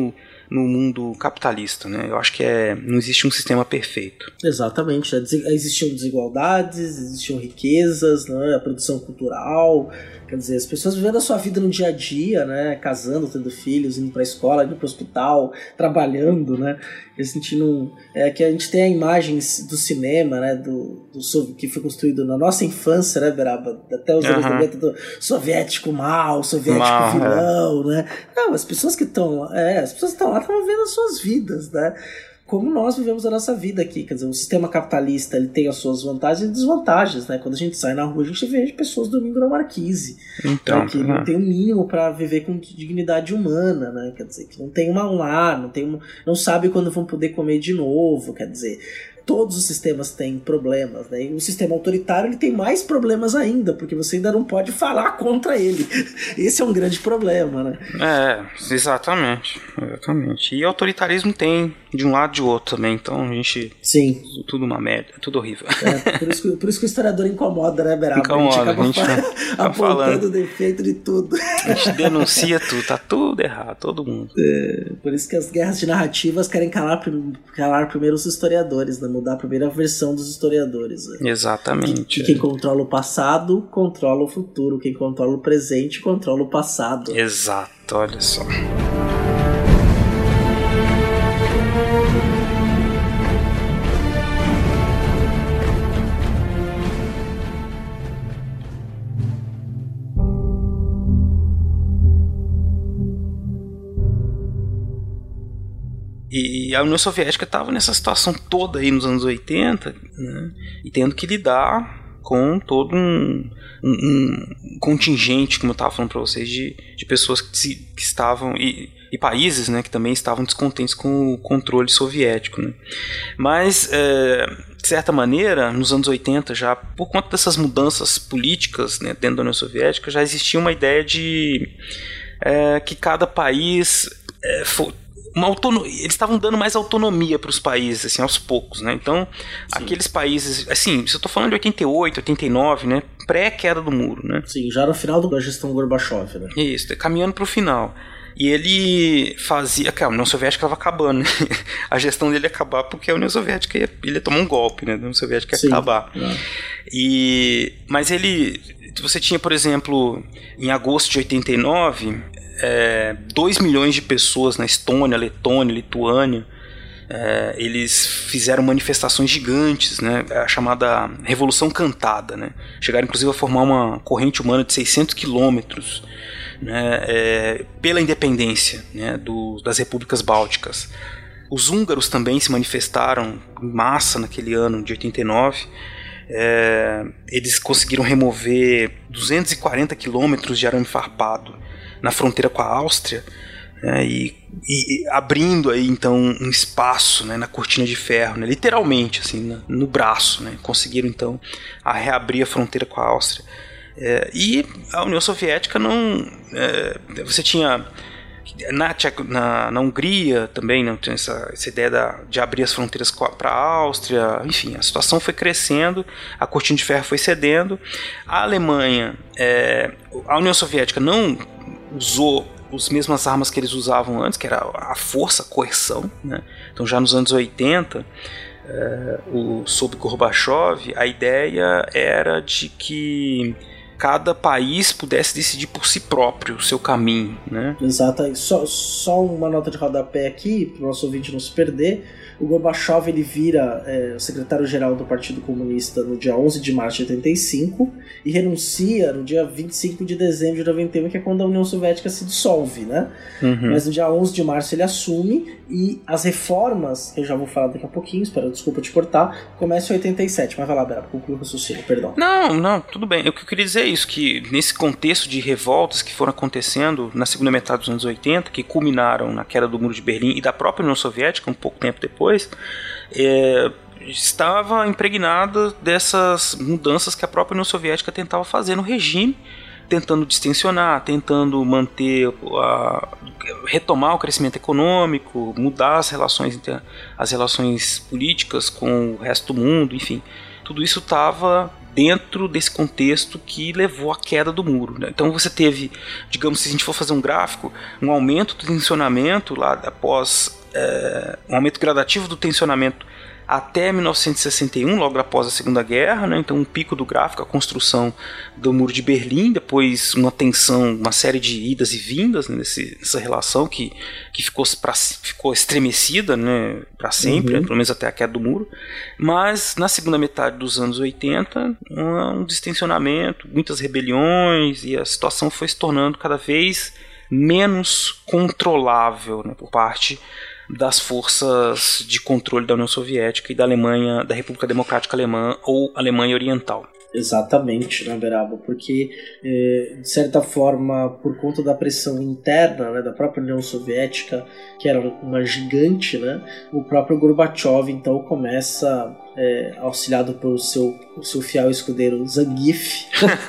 no mundo capitalista, né? Eu acho que é, não existe um sistema perfeito. Exatamente. Existiam desigualdades, existiam riquezas, né? A produção cultural. Quer dizer, as pessoas vivendo a sua vida no dia a dia, né? Casando, tendo filhos, indo pra escola, indo pro hospital, trabalhando, né? E sentindo... É que a gente tem a imagem do cinema, né? Do, do, que foi construído na nossa infância, né, Beraba? Até os anos noventa, do soviético mal, soviético mal, vilão, é. né? Não, as pessoas que estão... É, as pessoas que estão lá estão vivendo as suas vidas, né? Como nós vivemos a nossa vida aqui, quer dizer, o sistema capitalista ele tem as suas vantagens e desvantagens, né? Quando a gente sai na rua, a gente vê pessoas dormindo na marquise, então, né? Que não é. tem o mínimo para viver com dignidade humana, né? Quer dizer, que não tem uma lar, não tem uma, não sabe quando vão poder comer de novo, quer dizer... Todos os sistemas têm problemas, né? E o sistema autoritário ele tem mais problemas ainda, porque você ainda não pode falar contra ele. Esse é um grande problema, né? É, exatamente, exatamente. E autoritarismo tem de um lado e de outro também, então a gente... Sim. Tudo uma merda, tudo horrível. É, por isso que, por isso que o historiador incomoda, né, Beraba? Incomoda, a gente acaba a gente tá apontando o defeito de tudo. A gente denuncia tudo, tá tudo errado, todo mundo. É, por isso que as guerras de narrativas querem calar, calar primeiro os historiadores, né? Mudar a primeira versão dos historiadores. Né? Exatamente. E quem controla o passado, controla o futuro. Quem controla o presente, controla o passado. Exato, olha só. E a União Soviética estava nessa situação toda aí nos anos oitenta, né, e tendo que lidar com todo um, um, um contingente, como eu estava falando para vocês, de, de pessoas que, se, que estavam, e, e países, né, que também estavam descontentes com o controle soviético. Né. Mas, é, de certa maneira, nos anos oitenta, já por conta dessas mudanças políticas, né, dentro da União Soviética, já existia uma ideia de é, que cada país é, for, uma autonomia, eles estavam dando mais autonomia para os países, assim, aos poucos, né? Então, sim, aqueles países, assim, se eu tô falando de oitenta e oito, oitenta e nove, né? Pré-queda do muro, né? Sim, já no final da gestão Gorbachev, né? Isso, caminhando para o final. E ele fazia... Cara, a União Soviética estava acabando, né? A gestão dele ia acabar porque a União Soviética ia, ele ia tomar um golpe, né? A União Soviética ia sim, acabar. É. E, mas ele... Você tinha, por exemplo, em agosto de oitenta e nove... É, dois milhões de pessoas na Estônia, Letônia, Lituânia, é, eles fizeram manifestações gigantes, né, a chamada Revolução Cantada, né, chegaram inclusive a formar uma corrente humana de seiscentos quilômetros, né, é, pela independência, né, do, das repúblicas bálticas. Os húngaros também se manifestaram em massa naquele ano de oitenta e nove. É, eles conseguiram remover duzentos e quarenta quilômetros de arame farpado na fronteira com a Áustria, né, e, e abrindo aí então um espaço, né, na cortina de ferro, né, literalmente assim, no, no braço, né, conseguiram então a reabrir a fronteira com a Áustria. É, e a União Soviética não... É, você tinha... Na, na, na Hungria também, né, tinha essa, essa ideia da, de abrir as fronteiras para a Áustria, enfim, a situação foi crescendo, a cortina de ferro foi cedendo, a Alemanha, é, a União Soviética não usou as mesmas armas que eles usavam antes, que era a força, a coerção, né? Então já nos anos oitenta, é, o, sob Gorbachev, a ideia era de que cada país pudesse decidir por si próprio o seu caminho, né? Exato. Só, só uma nota de rodapé aqui, para o nosso ouvinte não se perder. O Gorbachev ele vira é, secretário-geral do Partido Comunista no dia onze de março de oitenta e cinco e renuncia no dia vinte e cinco de dezembro de noventa e um, que é quando a União Soviética se dissolve, né? Uhum. Mas no dia onze de março ele assume e as reformas, que eu já vou falar daqui a pouquinho, espero, desculpa te cortar, começam em oitenta e sete. Mas vai lá, Bera, conclui o raciocínio, perdão. Não, não, tudo bem. O que eu queria dizer é isso, que nesse contexto de revoltas que foram acontecendo na segunda metade dos anos oitenta, que culminaram na queda do Muro de Berlim e da própria União Soviética um pouco tempo depois, É, estava impregnada dessas mudanças que a própria União Soviética tentava fazer no regime, tentando distensionar, tentando manter, a, retomar o crescimento econômico, mudar as relações, as relações políticas com o resto do mundo, enfim. Tudo isso estava dentro desse contexto que levou à queda do muro, né? Então você teve, digamos, se a gente for fazer um gráfico, um aumento do tensionamento lá após é, um aumento gradativo do tensionamento até mil novecentos e sessenta e um, logo após a Segunda Guerra, né? Então um pico do gráfico, a construção do Muro de Berlim, depois uma tensão, uma série de idas e vindas, né? Nesse, nessa relação que, que ficou, pra, ficou estremecida, né? Para sempre, uhum. né? Pelo menos até a queda do muro, mas na segunda metade dos anos oitenta, um, um distensionamento, muitas rebeliões, e a situação foi se tornando cada vez menos controlável, né? Por parte das forças de controle da União Soviética e da Alemanha, da República Democrática Alemã ou Alemanha Oriental. Exatamente, né, Beraba? Porque, eh, de certa forma, por conta da pressão interna, né, da própria União Soviética, que era uma gigante, né, o próprio Gorbachev, então, começa, eh, auxiliado pelo seu, o seu fiel escudeiro Zangief.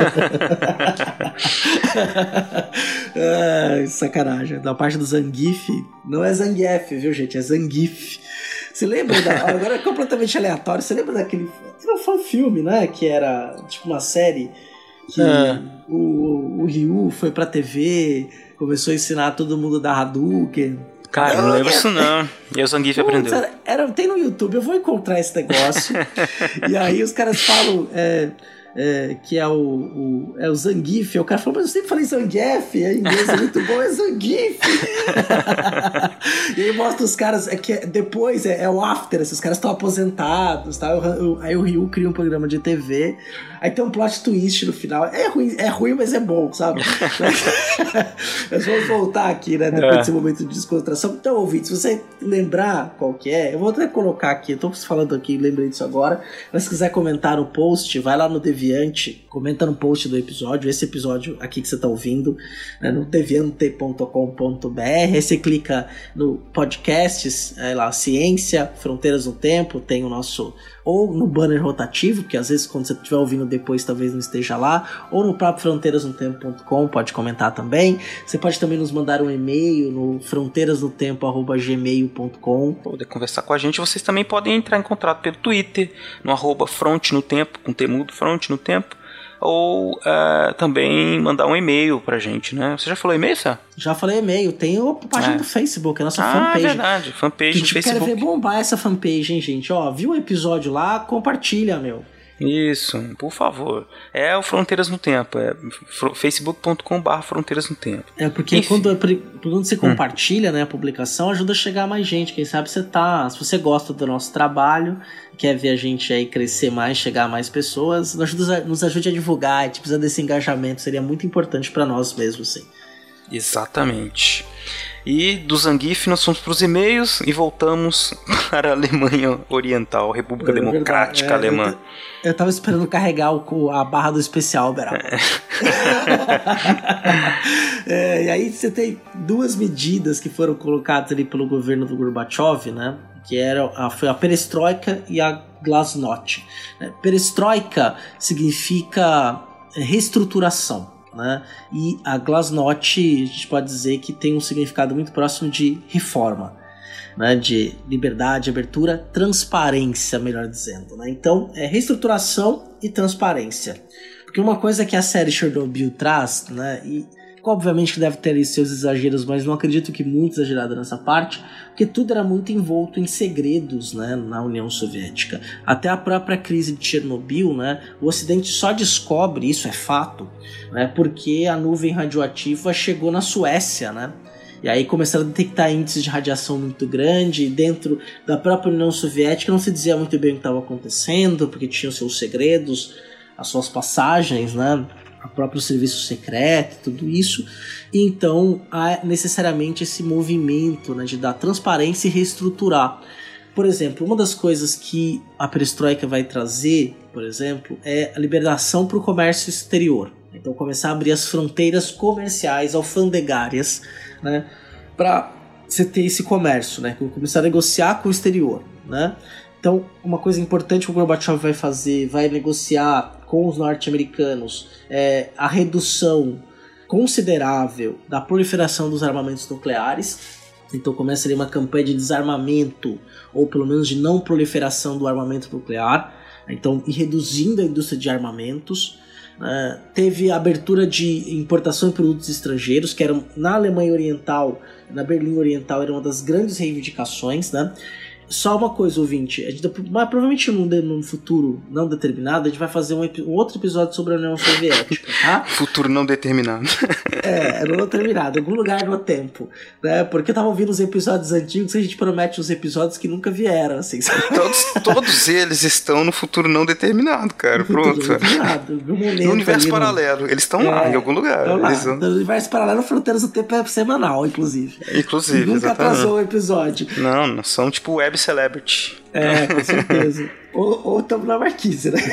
ah, sacanagem. Da parte do Zangief, não é Zangief, viu, gente? É Zangief. Você lembra da... Agora é completamente aleatório. Você lembra daquele... Não foi um filme, né? Que era tipo uma série que é. o, o Ryu foi pra T V, começou a ensinar todo mundo da Hadouken. Cara, eu não lembro isso não. E o Zangief aprendeu. Era, era, tem no YouTube, eu vou encontrar esse negócio. E aí os caras falam... É, É, que é o, o, é o Zangief. O cara falou, mas eu sempre falei Zangief, em inglês é muito bom, é Zangief. E aí mostra os caras, é que depois é, é o after, esses caras estão aposentados, tá? O, o, aí o Ryu cria um programa de T V, aí tem um plot twist no final. É ruim, é ruim mas é bom, sabe? Nós vamos voltar aqui, né? Depois é. desse momento de descontração. Então, ouvinte, se você lembrar qual que é, eu vou até colocar aqui, eu tô falando aqui, lembrei disso agora, mas se quiser comentar no post, vai lá no Deviante, comenta no post do episódio, esse episódio aqui que você tá ouvindo, né, no deviante ponto com ponto b r, aí você clica no podcasts, é lá, Ciência, Fronteiras no Tempo, tem o nosso, ou no banner rotativo, porque às vezes quando você estiver ouvindo depois talvez não esteja lá, ou no próprio fronteiras no tempo ponto com, pode comentar também. Você pode também nos mandar um e-mail no fronteiras no tempo arroba gmail ponto com. Poder conversar com a gente, vocês também podem entrar em contato pelo Twitter, no arroba front no tempo, com temudo front no tempo, ou uh, também mandar um e-mail pra gente, né? Você já falou e-mail, Sá? Já falei e-mail, tem a página é. do Facebook, a nossa ah, fanpage. Ah, verdade, fanpage do Facebook. Quero ver bombar essa fanpage, hein, gente? Ó, viu o episódio lá, compartilha, meu. Isso, por favor. É o Fronteiras no Tempo, é facebook ponto com barra Fronteiras no Tempo. É, porque quando, quando você compartilha, hum. né, a publicação, ajuda a chegar a mais gente. Quem sabe você tá, se você gosta do nosso trabalho, quer ver a gente aí crescer mais, chegar a mais pessoas, nos ajude, nos ajude a divulgar, a gente precisa desse engajamento, seria muito importante para nós mesmos, sim. Exatamente. E do Zangief nós fomos para os e-mails e voltamos para a Alemanha Oriental, República é, Democrática é, Alemã. Eu, eu tava esperando carregar o, a barra do especial, Beraba. É. é, e aí você tem duas medidas que foram colocadas ali pelo governo do Gorbachev, né? Que era a, foi a perestroika e a glasnost. Perestroika significa reestruturação. Né? E a glasnost, a gente pode dizer que tem um significado muito próximo de reforma, né? De liberdade, abertura, transparência, melhor dizendo, né? Então é reestruturação e transparência, porque uma coisa que a série Chernobyl traz, né? E obviamente que deve ter ali seus exageros, mas não acredito que muito exagerado nessa parte, porque tudo era muito envolto em segredos, né, na União Soviética. Até a própria crise de Chernobyl, né, o Ocidente só descobre, isso é fato, né, porque a nuvem radioativa chegou na Suécia, né, e aí começaram a detectar índices de radiação muito grande, e dentro da própria União Soviética não se dizia muito bem o que estava acontecendo, porque tinham seus segredos, as suas passagens, né, o próprio serviço secreto, tudo isso. Então há necessariamente esse movimento, né, de dar transparência e reestruturar. Por exemplo, uma das coisas que a perestroika vai trazer, por exemplo, é a liberação para o comércio exterior. Então começar a abrir as fronteiras comerciais, alfandegárias, né, para você ter esse comércio, né, começar a negociar com o exterior, né. Então, uma coisa importante que o Gorbachev vai fazer, vai negociar com os norte-americanos é a redução considerável da proliferação dos armamentos nucleares. Então começa ali uma campanha de desarmamento, ou pelo menos de não proliferação do armamento nuclear. Então, e reduzindo a indústria de armamentos. Uh, teve a abertura de importação de produtos estrangeiros, que eram na Alemanha Oriental, na Berlim Oriental, era uma das grandes reivindicações, né? Só uma coisa, ouvinte, a gente, mas provavelmente num, num futuro não determinado, a gente vai fazer um, um outro episódio sobre a União Soviética, tá? Futuro não determinado. É, não determinado, em algum lugar no tempo, né? Porque eu tava ouvindo os episódios antigos, a gente promete uns episódios que nunca vieram, assim. Todos, todos eles estão no futuro não determinado, cara, pronto. Futuro determinado, no, momento no universo ali, paralelo, eles estão é, lá, em algum lugar. Estão lá. São... No universo paralelo, Fronteiras do Tempo é semanal, inclusive. Inclusive, nunca exatamente. atrasou o episódio. Não, não são tipo web celebrity. É, com certeza. ou estamos na marquise, né?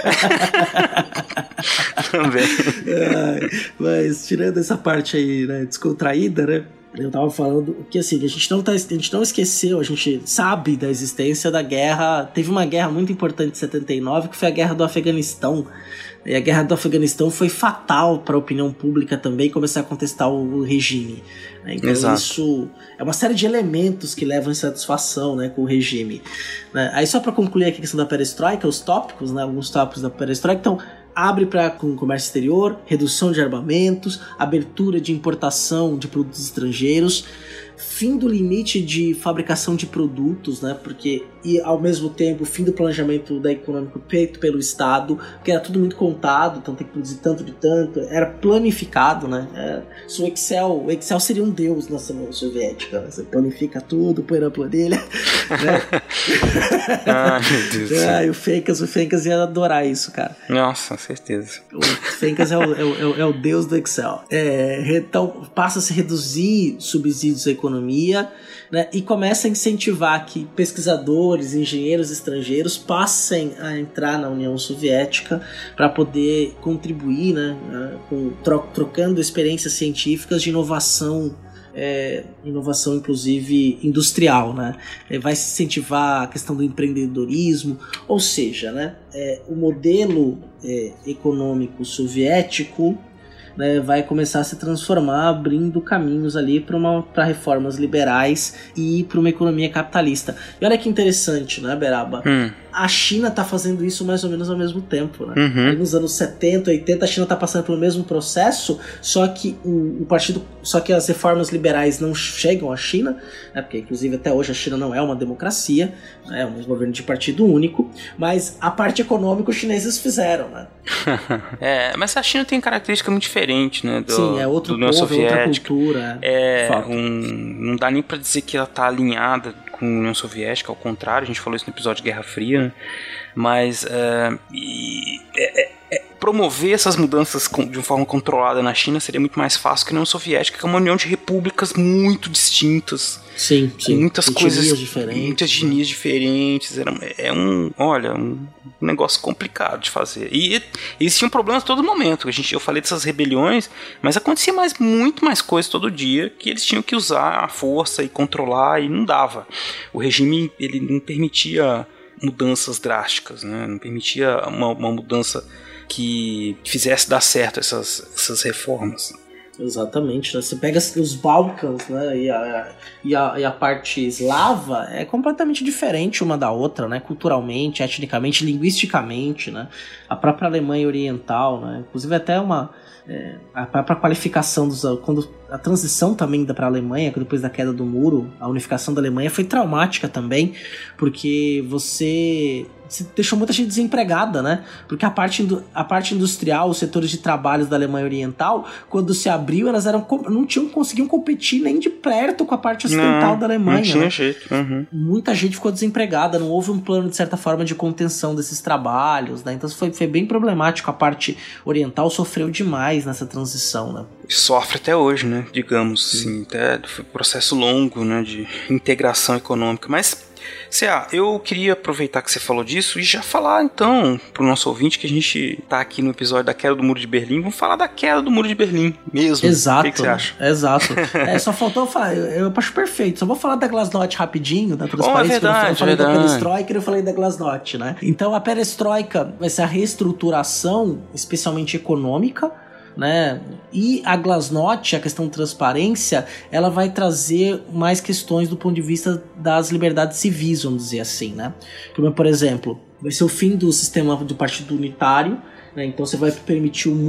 Também. É, mas tirando essa parte aí, né, descontraída, né? Eu tava falando que assim, a gente, não tá, a gente não esqueceu, a gente sabe da existência da guerra. Teve uma guerra muito importante em setenta e nove, que foi a guerra do Afeganistão. E a guerra do Afeganistão foi fatal para a opinião pública também começar a contestar o, o regime. Né? Então Exato. Isso é uma série de elementos que levam a insatisfação, né, com o regime. Né? Aí só para concluir aqui a questão da perestroika, os tópicos, né, alguns tópicos da perestroika, então abre para com comércio exterior, redução de armamentos, abertura de importação de produtos estrangeiros, fim do limite de fabricação de produtos, né? Porque, e ao mesmo tempo, fim do planejamento da econômico feito pelo Estado, porque era tudo muito contado, então tem que produzir tanto de tanto, era planificado, né? É, o Excel, o Excel seria um deus na União Soviética, né? Você planifica tudo, põe na planilha, né? Ai, meu Deus. É, e o Fencas, o Fencas ia adorar isso, cara. Nossa, certeza. O Fencas é o, é, o, é o deus do Excel. É, então, passa a se reduzir subsídios à economia, né, e começa a incentivar que pesquisadores, engenheiros estrangeiros passem a entrar na União Soviética para poder contribuir, né, com, tro- trocando experiências científicas de inovação. É, inovação inclusive industrial, né? É, vai se incentivar a questão do empreendedorismo, ou seja, né, é, o modelo é, econômico soviético, né, vai começar a se transformar, abrindo caminhos ali para reformas liberais e para uma economia capitalista. E olha que interessante, né, Beraba? Hum. A China está fazendo isso mais ou menos ao mesmo tempo, né? Uhum. Aí nos anos setenta, oitenta, a China está passando pelo mesmo processo, só que o, o partido, só que as reformas liberais não chegam à China, né? Porque inclusive até hoje a China não é uma democracia, né? É um governo de partido único, mas a parte econômica os chineses fizeram, né? É, mas a China tem característica muito diferente, né? Do, Sim, é outro do povo, é outra cultura. É, um, não dá nem para dizer que ela está alinhada com a União Soviética, ao contrário, a gente falou isso no episódio de Guerra Fria, né? Mas uh, e, é, é, promover essas mudanças com, de uma forma controlada na China seria muito mais fácil que a União Soviética, que é uma união de repúblicas muito distintas. Sim, sim. Muitas coisas diferentes. Muitas etnias diferentes. Era, é um, olha, um negócio complicado de fazer. E existiam problemas a todo momento. A gente, eu falei dessas rebeliões, mas acontecia mais, muito mais coisas todo dia que eles tinham que usar a força e controlar, e não dava. O regime, ele não permitia mudanças drásticas, né? Não permitia uma, uma mudança que fizesse dar certo essas, essas reformas. Exatamente, né? Você pega os Balcãs, né? e, a, e, a, e a parte eslava é completamente diferente uma da outra, né? Culturalmente, etnicamente, linguisticamente, né? A própria Alemanha Oriental, né? Inclusive até uma... É, a própria qualificação dos, quando a transição também para a Alemanha, depois da queda do muro, a unificação da Alemanha foi traumática também, porque você, você deixou muita gente desempregada, né? Porque a parte, a parte industrial, os setores de trabalhos da Alemanha Oriental, quando se abriu, elas eram, não tinham conseguiam competir nem de perto com a parte ocidental não, da Alemanha. Não tinha né? jeito. Uhum. Muita gente ficou desempregada, não houve um plano de certa forma de contenção desses trabalhos, né? Então foi, foi bem problemático. A parte oriental sofreu demais nessa transição, né? Sofre até hoje, né? Digamos assim, até foi um processo longo, né? De integração econômica. Mas, C A, eu queria aproveitar que você falou disso e já falar então pro nosso ouvinte que a gente tá aqui no episódio da queda do Muro de Berlim. Vamos falar da queda do Muro de Berlim mesmo. Exato. O que, que você acha? Exato. É, só faltou falar, eu, eu acho perfeito. Só vou falar da Glasnost rapidinho, da transparência. Oh, é verdade, eu falei verdade. da perestroika e eu falei da Glasnost, né? Então a perestroika vai ser a reestruturação, especialmente econômica, né? E a Glasnost, a questão de transparência, ela vai trazer mais questões do ponto de vista das liberdades civis, vamos dizer assim, né? Como, por exemplo, vai ser o fim do sistema do partido unitário, né? Então você vai permitir o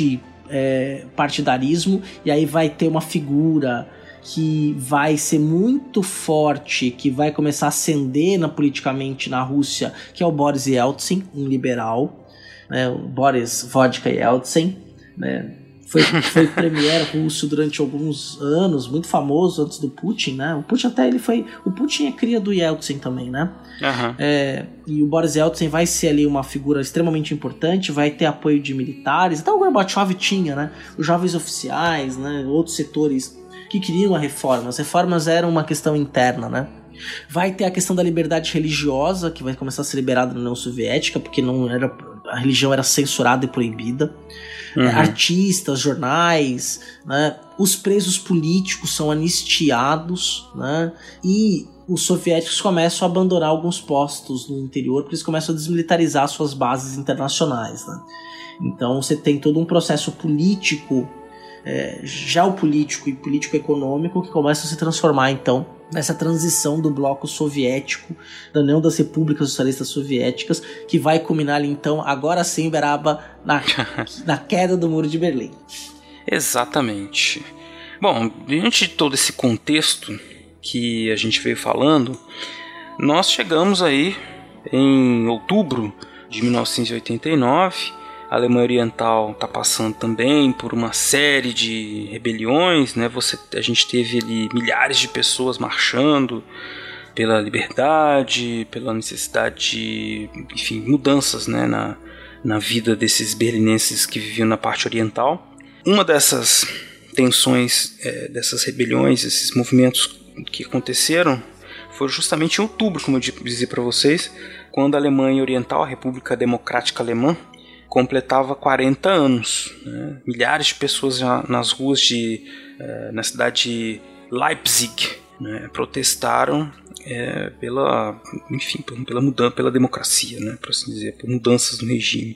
multipartidarismo, é, e aí vai ter uma figura que vai ser muito forte, que vai começar a ascender na, politicamente na Rússia, que é o Boris Yeltsin, um liberal, né? O Boris Vodka Yeltsin, né? Foi, foi premier russo durante alguns anos, muito famoso antes do Putin, né? O Putin até ele foi... O Putin é cria do Yeltsin também, né? Uhum. É, e o Boris Yeltsin vai ser ali uma figura extremamente importante, vai ter apoio de militares, até o Gorbachev tinha, né? Os jovens oficiais, né? Outros setores que queriam a reforma. As reformas eram uma questão interna, né? Vai ter a questão da liberdade religiosa, que vai começar a ser liberada na União Soviética, porque não era, a religião era censurada e proibida. Uhum. É, artistas, jornais, né? Os presos políticos são anistiados, né? E os soviéticos começam a abandonar alguns postos no interior, porque eles começam a desmilitarizar suas bases internacionais, né? Então você tem todo um processo político, é, geopolítico e político-econômico que começa a se transformar então nessa transição do bloco soviético, da União das Repúblicas Socialistas Soviéticas, que vai culminar ali, então, agora sim, Beraba, na, na queda do Muro de Berlim. Exatamente. Bom, diante de todo esse contexto que a gente veio falando, nós chegamos aí em outubro de mil novecentos e oitenta e nove. A Alemanha Oriental está passando também por uma série de rebeliões, né? Você, a gente teve ali milhares de pessoas marchando pela liberdade, pela necessidade de, enfim, mudanças, né, na, na vida desses berlinenses que viviam na parte oriental. Uma dessas tensões, é, dessas rebeliões, esses movimentos que aconteceram, foi justamente em outubro, como eu disse para vocês, quando a Alemanha Oriental, a República Democrática Alemã, completava quarenta anos, né? Milhares de pessoas já nas ruas de, eh, na cidade de Leipzig, né, protestaram é, pela, enfim, pela mudança, pela democracia, né, por assim dizer, por mudanças no regime.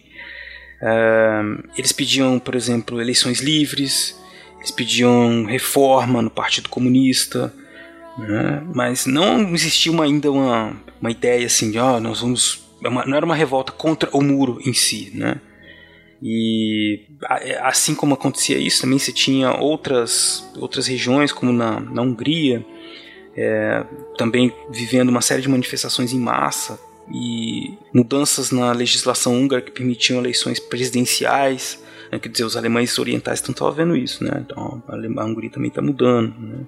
É, eles pediam, por exemplo, eleições livres, eles pediam reforma no Partido Comunista, né, mas não existia uma, ainda uma, uma ideia assim de, oh, nós vamos... não era uma revolta contra o muro em si, né? E assim como acontecia isso, também você tinha outras, outras regiões, como na, na Hungria, é, também vivendo uma série de manifestações em massa e mudanças na legislação húngara que permitiam eleições presidenciais, né? Quer dizer, os alemães orientais estão estavam vendo isso, né? Então a, a Hungria também está mudando, né?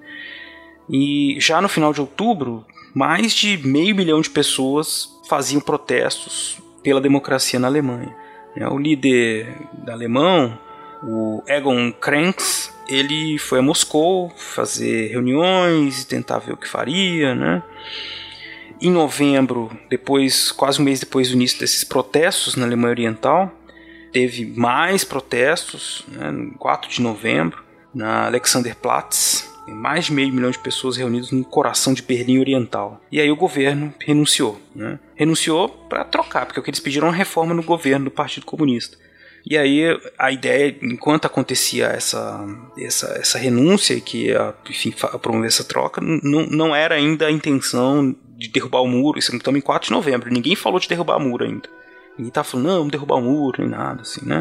E já no final de outubro, mais de meio milhão de pessoas faziam protestos pela democracia na Alemanha. O líder alemão, o Egon Krenz, ele foi a Moscou fazer reuniões e tentar ver o que faria, né? Em novembro, depois, quase um mês depois do início desses protestos na Alemanha Oriental, teve mais protestos, né? No quatro de novembro, na Alexanderplatz. Mais de meio milhão de pessoas reunidas no coração de Berlim Oriental. E aí o governo renunciou, né? Renunciou para trocar, porque o que eles pediram era uma reforma no governo do Partido Comunista. E aí a ideia, enquanto acontecia essa, essa, essa renúncia e que ia, enfim, promover essa troca, não, não era ainda a intenção de derrubar o muro. Isso estamos em quatro de novembro, ninguém falou de derrubar o muro ainda. Ninguém estava falando, não, vamos derrubar o muro, nem nada assim, né?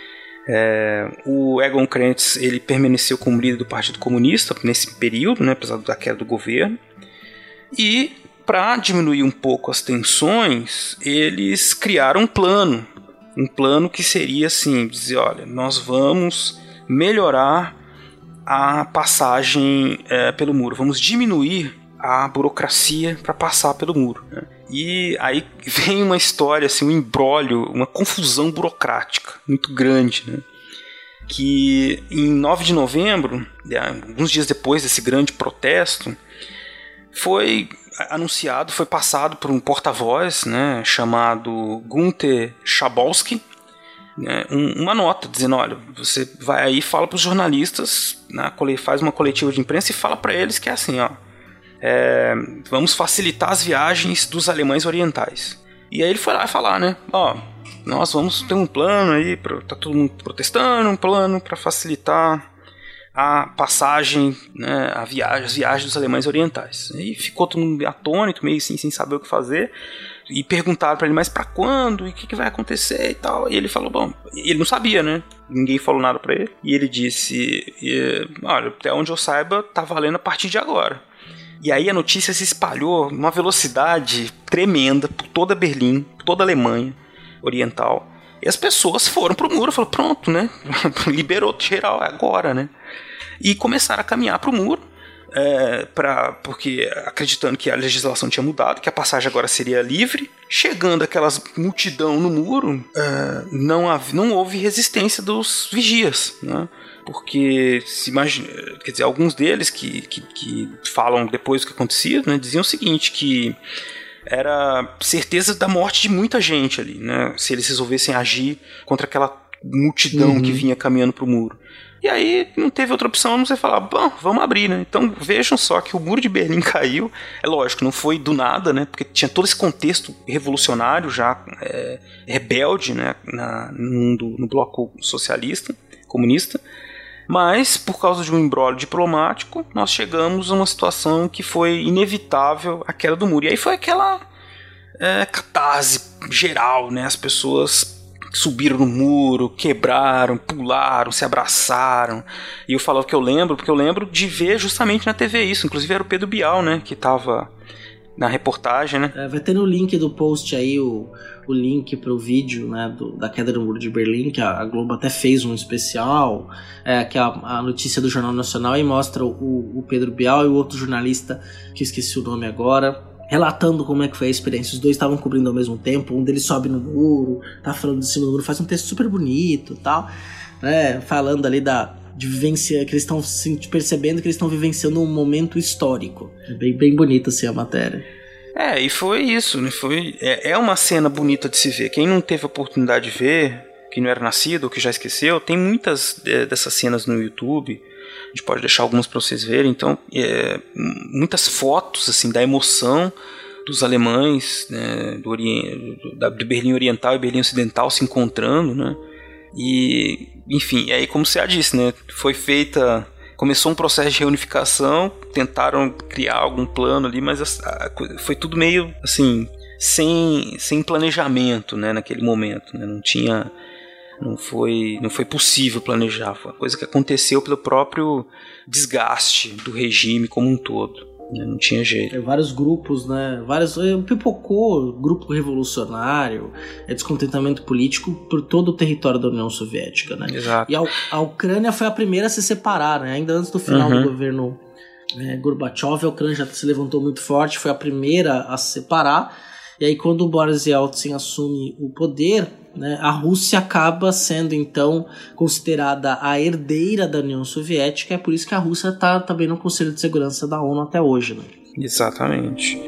É, o Egon Krenz, ele permaneceu como líder do Partido Comunista nesse período, né, apesar da queda do governo. E para diminuir um pouco as tensões, eles criaram um plano, um plano que seria assim, dizer, olha, nós vamos melhorar a passagem é, pelo muro, vamos diminuir a burocracia para passar pelo muro, né? E aí vem uma história, assim, um imbróglio, uma confusão burocrática muito grande, né? Que em nove de novembro, alguns dias depois desse grande protesto, foi anunciado, foi passado por um porta-voz, né, chamado Günther Schabowski, né, um, uma nota dizendo, olha, você vai aí e fala para os jornalistas, né, faz uma coletiva de imprensa e fala para eles que é assim, ó, É, vamos facilitar as viagens dos alemães orientais. E aí ele foi lá falar, né? Ó, nós vamos ter um plano aí, pra, tá todo mundo protestando, um plano para facilitar a passagem, né, a viagem, as viagens dos alemães orientais. E ficou todo mundo atônito, meio assim, sem saber o que fazer. e perguntaram pra ele, mas pra quando? E o que, que vai acontecer e tal? E ele falou, bom, ele não sabia, né? Ninguém falou nada pra ele. E ele disse, e, olha, até onde eu saiba, tá valendo a partir de agora. E aí a notícia se espalhou numa velocidade tremenda por toda Berlim, por toda a Alemanha Oriental. E as pessoas foram pro muro, falaram, pronto, né? Liberou geral agora, né? E começaram a caminhar pro muro. É, pra, porque acreditando que a legislação tinha mudado, que a passagem agora seria livre. Chegando aquelas multidão no muro, é, não, havia, não houve resistência dos vigias, né? Porque se imagina, quer dizer, alguns deles que, que, que falam depois do que acontecia, né, diziam o seguinte, que era certeza da morte de muita gente ali, né, se eles resolvessem agir contra aquela multidão uhum. que vinha caminhando pro muro. E aí não teve outra opção a não ser falar, bom, vamos abrir, né? Então vejam só que o muro de Berlim caiu. É lógico, não foi do nada, né? Porque tinha todo esse contexto revolucionário já, é, rebelde, né? Na, no, mundo, no bloco socialista, comunista. Mas, por causa de um imbróglio diplomático, nós chegamos a uma situação que foi inevitável, a queda do muro. E aí foi aquela é, catarse geral, né? As pessoas subiram no muro, quebraram, pularam, se abraçaram. E eu falo que eu lembro, porque eu lembro de ver justamente na T V isso. Inclusive era o Pedro Bial, né, que tava na reportagem, né? É, vai ter no link do post aí o, o link pro vídeo, né, do, da queda do muro de Berlim, que a, a Globo até fez um especial, é, que é a, a notícia do Jornal Nacional, e mostra o, o Pedro Bial e o outro jornalista, que eu esqueci o nome agora, relatando como é que foi a experiência. Os dois estavam cobrindo ao mesmo tempo, um deles sobe no muro, tá falando de cima do muro, faz um texto super bonito e tal, né, falando ali da de vivência, que eles estão percebendo que eles estão vivenciando um momento histórico. É bem, bem bonita assim a matéria. É, e foi isso, né? Foi, é, é uma cena bonita de se ver. Quem não teve a oportunidade de ver, que não era nascido ou que já esqueceu, tem muitas é, dessas cenas no YouTube. A gente pode deixar algumas para vocês verem. Então, é, muitas fotos assim da emoção dos alemães, né, do, Oriente, do, do Berlim Oriental e Berlim Ocidental se encontrando, né? E, enfim, aí como você já disse, né, foi feita, começou um processo de reunificação, tentaram criar algum plano ali, mas a, a, foi tudo meio assim, sem, sem planejamento, né, naquele momento, né, não tinha, não foi, não foi possível planejar, foi uma coisa que aconteceu pelo próprio desgaste do regime como um todo. Não tinha jeito. É, vários grupos, né? Vários, pipocou grupo revolucionário, é, descontentamento político por todo o território da União Soviética, né? Exato. E a, a Ucrânia foi a primeira a se separar, né? Ainda antes do final uhum. do governo é, Gorbachev, a Ucrânia já se levantou muito forte, foi a primeira a se separar. E aí quando o Boris Yeltsin assume o poder, né, a Rússia acaba sendo então considerada a herdeira da União Soviética. É por isso que a Rússia está também no Conselho de Segurança da ONU até hoje, né? Exatamente.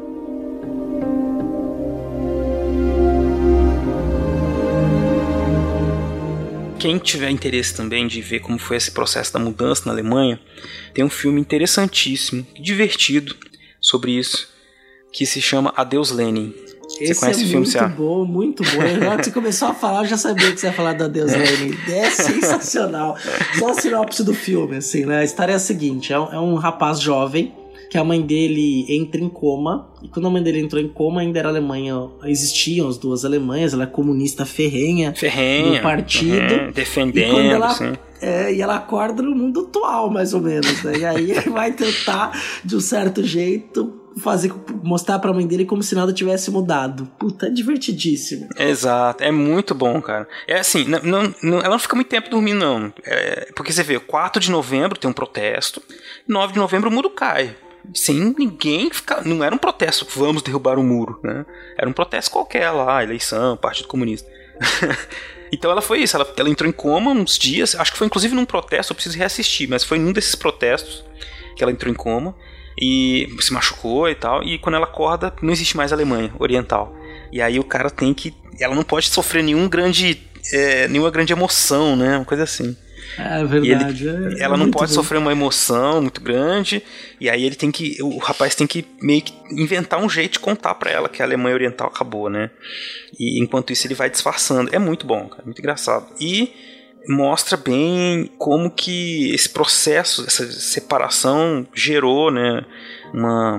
Quem tiver interesse também de ver como foi esse processo da mudança na Alemanha, tem um filme interessantíssimo, divertido sobre isso, que se chama Adeus Lenin. Esse você conhece é o filme, muito bom, muito bom. Na hora que você começou a falar, eu já sabia que você ia falar da Adeus Lenin. É sensacional. Só a sinopse do filme, assim, né? A história é a seguinte, é um, é um rapaz jovem, que a mãe dele entra em coma, e quando a mãe dele entrou em coma, ainda era Alemanha, existiam as duas Alemanhas, ela é comunista ferrenha, ferrenha do partido, uhum, defendendo, e ela, sim. É, e ela acorda no mundo atual, mais ou menos, né? E aí ele vai tentar, de um certo jeito, fazer, mostrar pra mãe dele como se nada tivesse mudado. Puta, é divertidíssimo. Exato, é muito bom, cara. É assim, não, não, ela não fica muito tempo dormindo, não. É, porque você vê, quatro de novembro tem um protesto, nove de novembro o muro cai. Sem ninguém ficar. Não era um protesto, vamos derrubar o muro, né? Era um protesto qualquer lá, eleição, Partido Comunista. Então ela foi isso, ela, ela entrou em coma uns dias, acho que foi inclusive num protesto, eu preciso reassistir, mas foi num desses protestos que ela entrou em coma e se machucou e tal, e quando ela acorda não existe mais Alemanha Oriental. E aí o cara tem que, ela não pode sofrer nenhum grande, é, nenhuma grande emoção, né, uma coisa assim. É verdade. Ele, é, ela é não pode bom. sofrer uma emoção muito grande, e aí ele tem que, o rapaz tem que meio que inventar um jeito de contar pra ela que a Alemanha Oriental acabou, né? E enquanto isso ele vai disfarçando. É muito bom, cara, muito engraçado. E mostra bem como que esse processo, essa separação gerou, né, uma,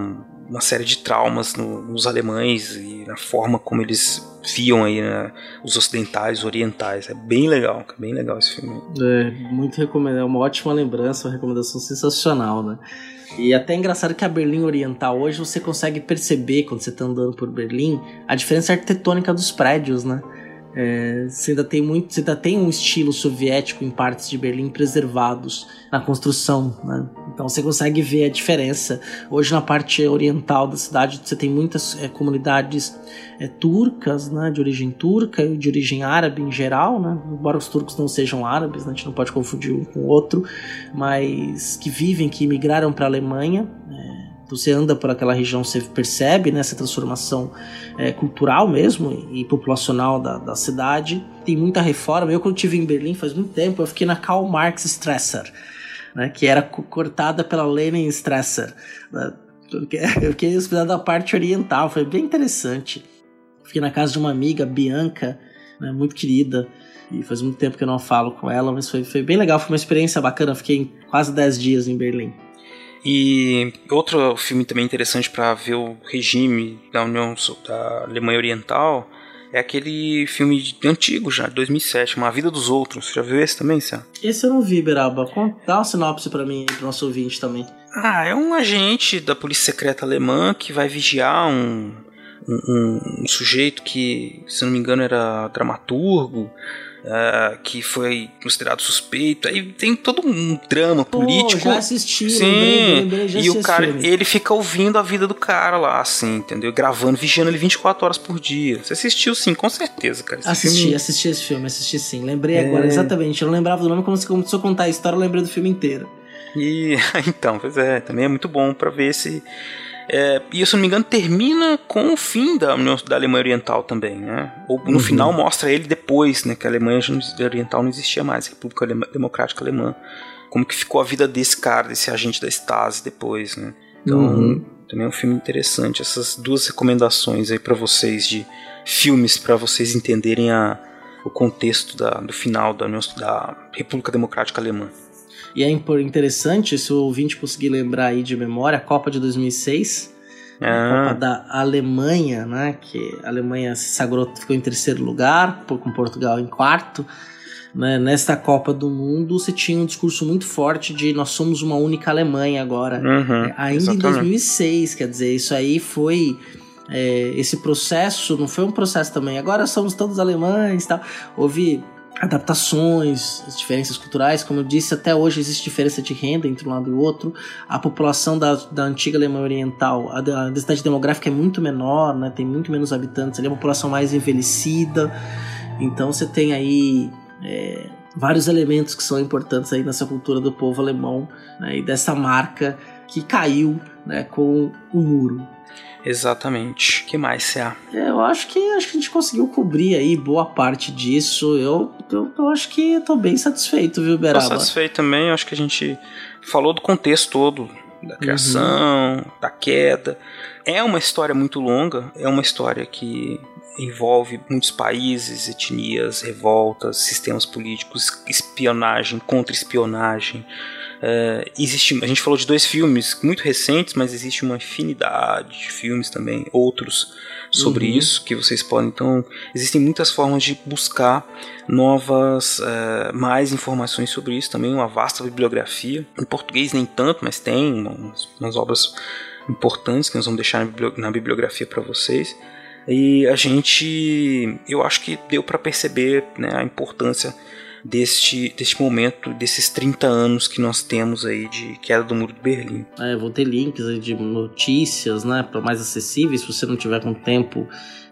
uma série de traumas no, nos alemães e na forma como eles viam aí, né, os ocidentais, os orientais. É bem legal, é bem legal esse filme. É, muito recomendado, é uma ótima lembrança, uma recomendação sensacional, né? E até é engraçado que a Berlim Oriental hoje você consegue perceber, quando você está andando por Berlim, a diferença arquitetônica dos prédios, né? É, você, ainda tem muito, você ainda tem um estilo soviético em partes de Berlim preservados na construção, né? Então você consegue ver a diferença. Hoje na parte oriental da cidade você tem muitas é, comunidades é, turcas, né, de origem turca e de origem árabe em geral, né? Embora os turcos não sejam árabes, né, a gente não pode confundir um com o outro, mas que vivem, que migraram para a Alemanha. é, Você anda por aquela região, você percebe, né, essa transformação é, cultural mesmo e populacional da, da cidade. Tem muita reforma. Eu, quando estive em Berlim faz muito tempo, eu fiquei na Karl Marx Straße, né, que era cortada pela Lenin Straße. Né, eu fiquei hospedado da parte oriental, foi bem interessante. Fiquei na casa de uma amiga, Bianca, né, muito querida, e faz muito tempo que eu não falo com ela, mas foi, foi bem legal, foi uma experiência bacana. Eu fiquei quase dez dias em Berlim. E outro filme também interessante para ver o regime da União da Alemanha Oriental é aquele filme antigo já, de dois mil e sete, Uma Vida dos Outros. Você já viu esse também, Cé? Esse eu não vi, Beraba. Dá uma sinopse pra mim e pro nosso ouvinte também. Ah, é um agente da polícia secreta alemã que vai vigiar um, um, um sujeito que, se não me engano, era dramaturgo. Uh, que foi considerado suspeito. Aí tem todo um drama Pô, político. já assisti, sim. lembrei, lembrei, já e o cara, filme. ele fica ouvindo a vida do cara lá, assim, entendeu? Gravando, vigiando ele vinte e quatro horas por dia. Você assistiu, sim, com certeza, cara. Esse assisti, filme... assisti esse filme, assisti sim. Lembrei é... agora, exatamente. Eu não lembrava do nome, como você começou a contar a história, eu lembrei do filme inteiro. E então, pois é, também é muito bom pra ver esse... É, e, se eu não me engano, termina com o fim da, da Alemanha Oriental também, né? Ou no uhum. final mostra ele depois, né? Que a Alemanha Oriental não existia mais, a República Alema, Democrática Alemã. Como que ficou a vida desse cara, desse agente da Stasi depois, né? Então, uhum. também é um filme interessante. Essas duas recomendações aí pra vocês de filmes, pra vocês entenderem a, o contexto da, do final da, da República Democrática Alemã. E é interessante, se o ouvinte conseguir lembrar aí de memória, a Copa de dois mil e seis, ah. a Copa da Alemanha, né, que a Alemanha se sagrou, ficou em terceiro lugar, com Portugal em quarto. Né, nesta Copa do Mundo, você tinha um discurso muito forte de nós somos uma única Alemanha agora, uhum, é, ainda exatamente. Em dois mil e seis, quer dizer, isso aí foi... É, esse processo, não foi um processo também, agora somos todos alemães e tal, houve... adaptações, as diferenças culturais, como eu disse, até hoje existe diferença de renda entre um lado e o outro. A população da, da antiga Alemanha Oriental, a, a densidade demográfica é muito menor, né? Tem muito menos habitantes, ali é uma população mais envelhecida, então você tem aí é, vários elementos que são importantes aí nessa cultura do povo alemão, né? E dessa marca que caiu, né, com o muro. Exatamente. O que mais, C A? Eu acho que, acho que a gente conseguiu cobrir aí boa parte disso. Eu, eu, eu acho que eu tô bem satisfeito, viu, Beraba? Tô satisfeito também. Eu acho que a gente falou do contexto todo, da criação, uhum. da queda. É uma história muito longa. É uma história que envolve muitos países, etnias, revoltas, sistemas políticos, espionagem, contra-espionagem. Uh, existe, a gente falou de dois filmes muito recentes, mas existe uma infinidade de filmes também, outros sobre uhum. isso, que vocês podem, então, existem muitas formas de buscar novas, uh, mais informações sobre isso também, uma vasta bibliografia, em português nem tanto, mas tem umas, umas obras importantes que nós vamos deixar na bibliografia para vocês, e a gente, eu acho que deu para perceber, né, a importância Deste, deste momento, desses trinta anos que nós temos aí de queda do Muro de Berlim. É, vou ter links aí de notícias, né, para mais acessíveis, se você não tiver com tempo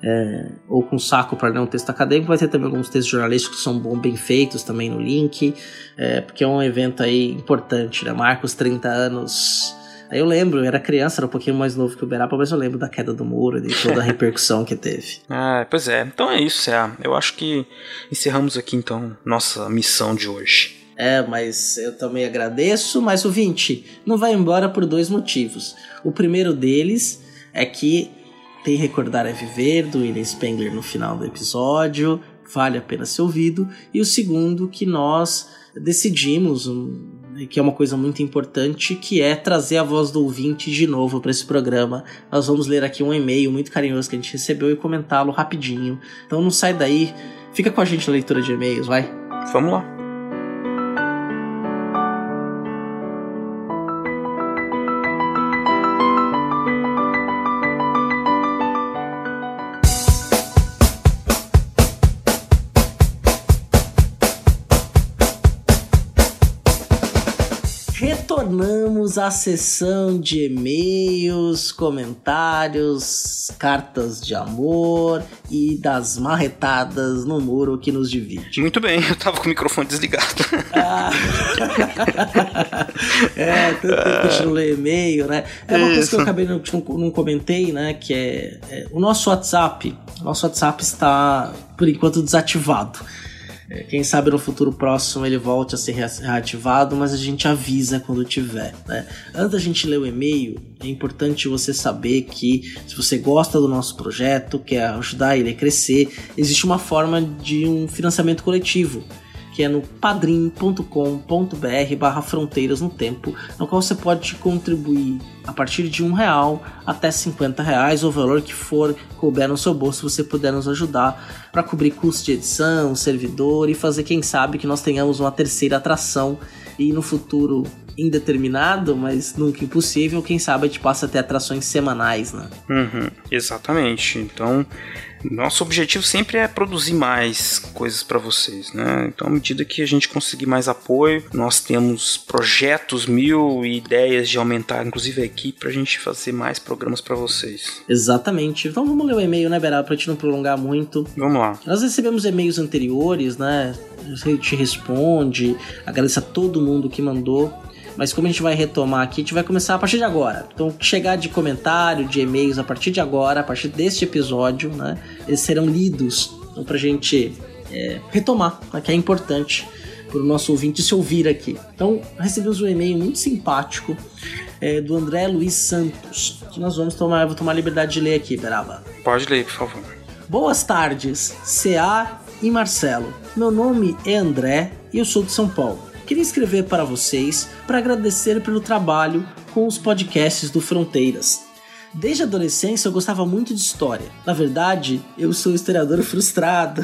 é, ou com saco para ler um texto acadêmico, vai ter também alguns textos jornalísticos que são bom, bem feitos também no link, é, porque é um evento aí importante, né, marca os trinta anos. Aí eu lembro, eu era criança, era um pouquinho mais novo que o Beraba, mas eu lembro da queda do muro e de toda a repercussão que teve. Ah, pois é. Então é isso, Cé. Eu acho que encerramos aqui, então, nossa missão de hoje. É, mas eu também agradeço, mas ouvinte, não vai embora por dois motivos. O primeiro deles é que tem Recordar é Viver, do William Spengler no final do episódio, vale a pena ser ouvido. E o segundo, que nós decidimos... Um, que é uma coisa muito importante, que é trazer a voz do ouvinte de novo para esse programa. Nós vamos ler aqui um e-mail muito carinhoso que a gente recebeu e comentá-lo rapidinho. Então não sai daí, fica com a gente na leitura de e-mails, vai? Vamos lá. Retornamos à sessão de e-mails, comentários, cartas de amor e das marretadas no muro que nos divide. Muito bem, eu tava com o microfone desligado. Ah. É, tanto tempo que a gente não lê e-mail, né? É uma coisa que eu acabei não, não comentei, né? Que é, é o nosso WhatsApp. Nosso WhatsApp está, por enquanto, desativado. Quem sabe no futuro próximo ele volte a ser reativado, mas a gente avisa quando tiver, né? Antes da gente ler o e-mail, é importante você saber que se você gosta do nosso projeto, quer ajudar ele a crescer, existe uma forma de um financiamento coletivo, que é no padrim.com.br barra fronteiras no tempo, no qual você pode contribuir a partir de um real até cinquenta reais, o valor que for couber no seu bolso, você puder nos ajudar para cobrir custos de edição, servidor e fazer, quem sabe, que nós tenhamos uma terceira atração e no futuro indeterminado, mas nunca impossível, quem sabe a gente passa a ter atrações semanais, né? Uhum, exatamente. Então, nosso objetivo sempre é produzir mais coisas para vocês, né? Então, à medida que a gente conseguir mais apoio, nós temos projetos mil e ideias de aumentar, inclusive a equipe, pra gente fazer mais programas para vocês. Exatamente. Então vamos ler o e-mail, né, Beraba, pra gente não prolongar muito. Vamos lá. Nós recebemos e-mails anteriores, né? A gente responde, agradece a todo mundo que mandou. Mas como a gente vai retomar aqui, a gente vai começar a partir de agora. Então, chegar de comentário, de e-mails a partir de agora, a partir deste episódio, né? Eles serão lidos. Então, pra gente é, retomar, né, que é importante para o nosso ouvinte se ouvir aqui. Então, recebemos um e-mail muito simpático é, do André Luiz Santos, que nós vamos tomar, eu vou tomar a liberdade de ler aqui, Beraba. Pode ler, por favor. Boas tardes, C A e Marcelo. Meu nome é André e eu sou de São Paulo. Queria escrever para vocês para agradecer pelo trabalho com os podcasts do Fronteiras. Desde a adolescência eu gostava muito de história. Na verdade, eu sou historiador frustrado.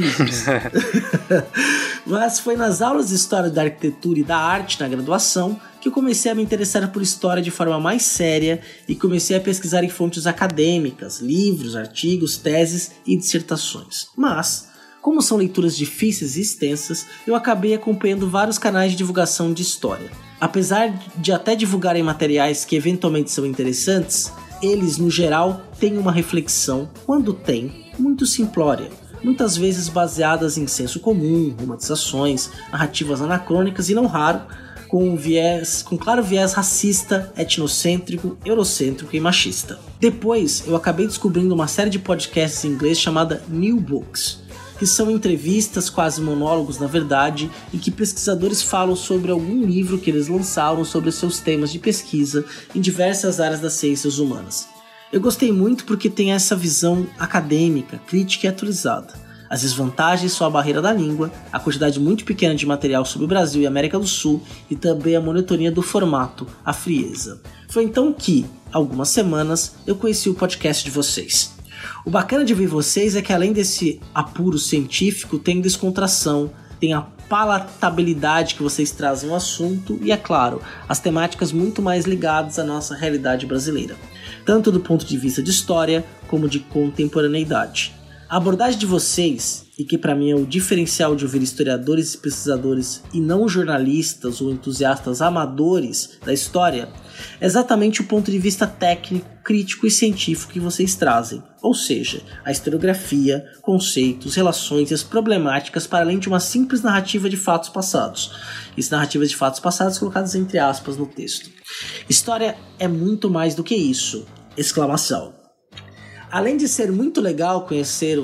Mas foi nas aulas de História da Arquitetura e da Arte na graduação que eu comecei a me interessar por história de forma mais séria e comecei a pesquisar em fontes acadêmicas, livros, artigos, teses e dissertações. Mas, como são leituras difíceis e extensas, eu acabei acompanhando vários canais de divulgação de história. Apesar de até divulgarem materiais que eventualmente são interessantes, eles, no geral, têm uma reflexão, quando tem, muito simplória, muitas vezes baseadas em senso comum, romantizações, narrativas anacrônicas e, não raro, com, viés, com claro viés racista, etnocêntrico, eurocêntrico e machista. Depois, eu acabei descobrindo uma série de podcasts em inglês chamada New Books, que são entrevistas, quase monólogos na verdade, em que pesquisadores falam sobre algum livro que eles lançaram sobre os seus temas de pesquisa em diversas áreas das ciências humanas. Eu gostei muito porque tem essa visão acadêmica, crítica e atualizada. As desvantagens são a barreira da língua, a quantidade muito pequena de material sobre o Brasil e América do Sul e também a monotonia do formato, a frieza. Foi então que, há algumas semanas, eu conheci o podcast de vocês. O bacana de ver vocês é que além desse apuro científico, tem descontração, tem a palatabilidade que vocês trazem ao assunto e, é claro, as temáticas muito mais ligadas à nossa realidade brasileira, tanto do ponto de vista de história como de contemporaneidade. A abordagem de vocês, e que para mim é o diferencial de ouvir historiadores e pesquisadores e não jornalistas ou entusiastas amadores da história, é exatamente o ponto de vista técnico, crítico e científico que vocês trazem, ou seja, a historiografia, conceitos, relações e as problemáticas para além de uma simples narrativa de fatos passados. Isso, narrativas de fatos passados colocadas entre aspas no texto. História é muito mais do que isso! Exclamação. Além de ser muito legal conhecer os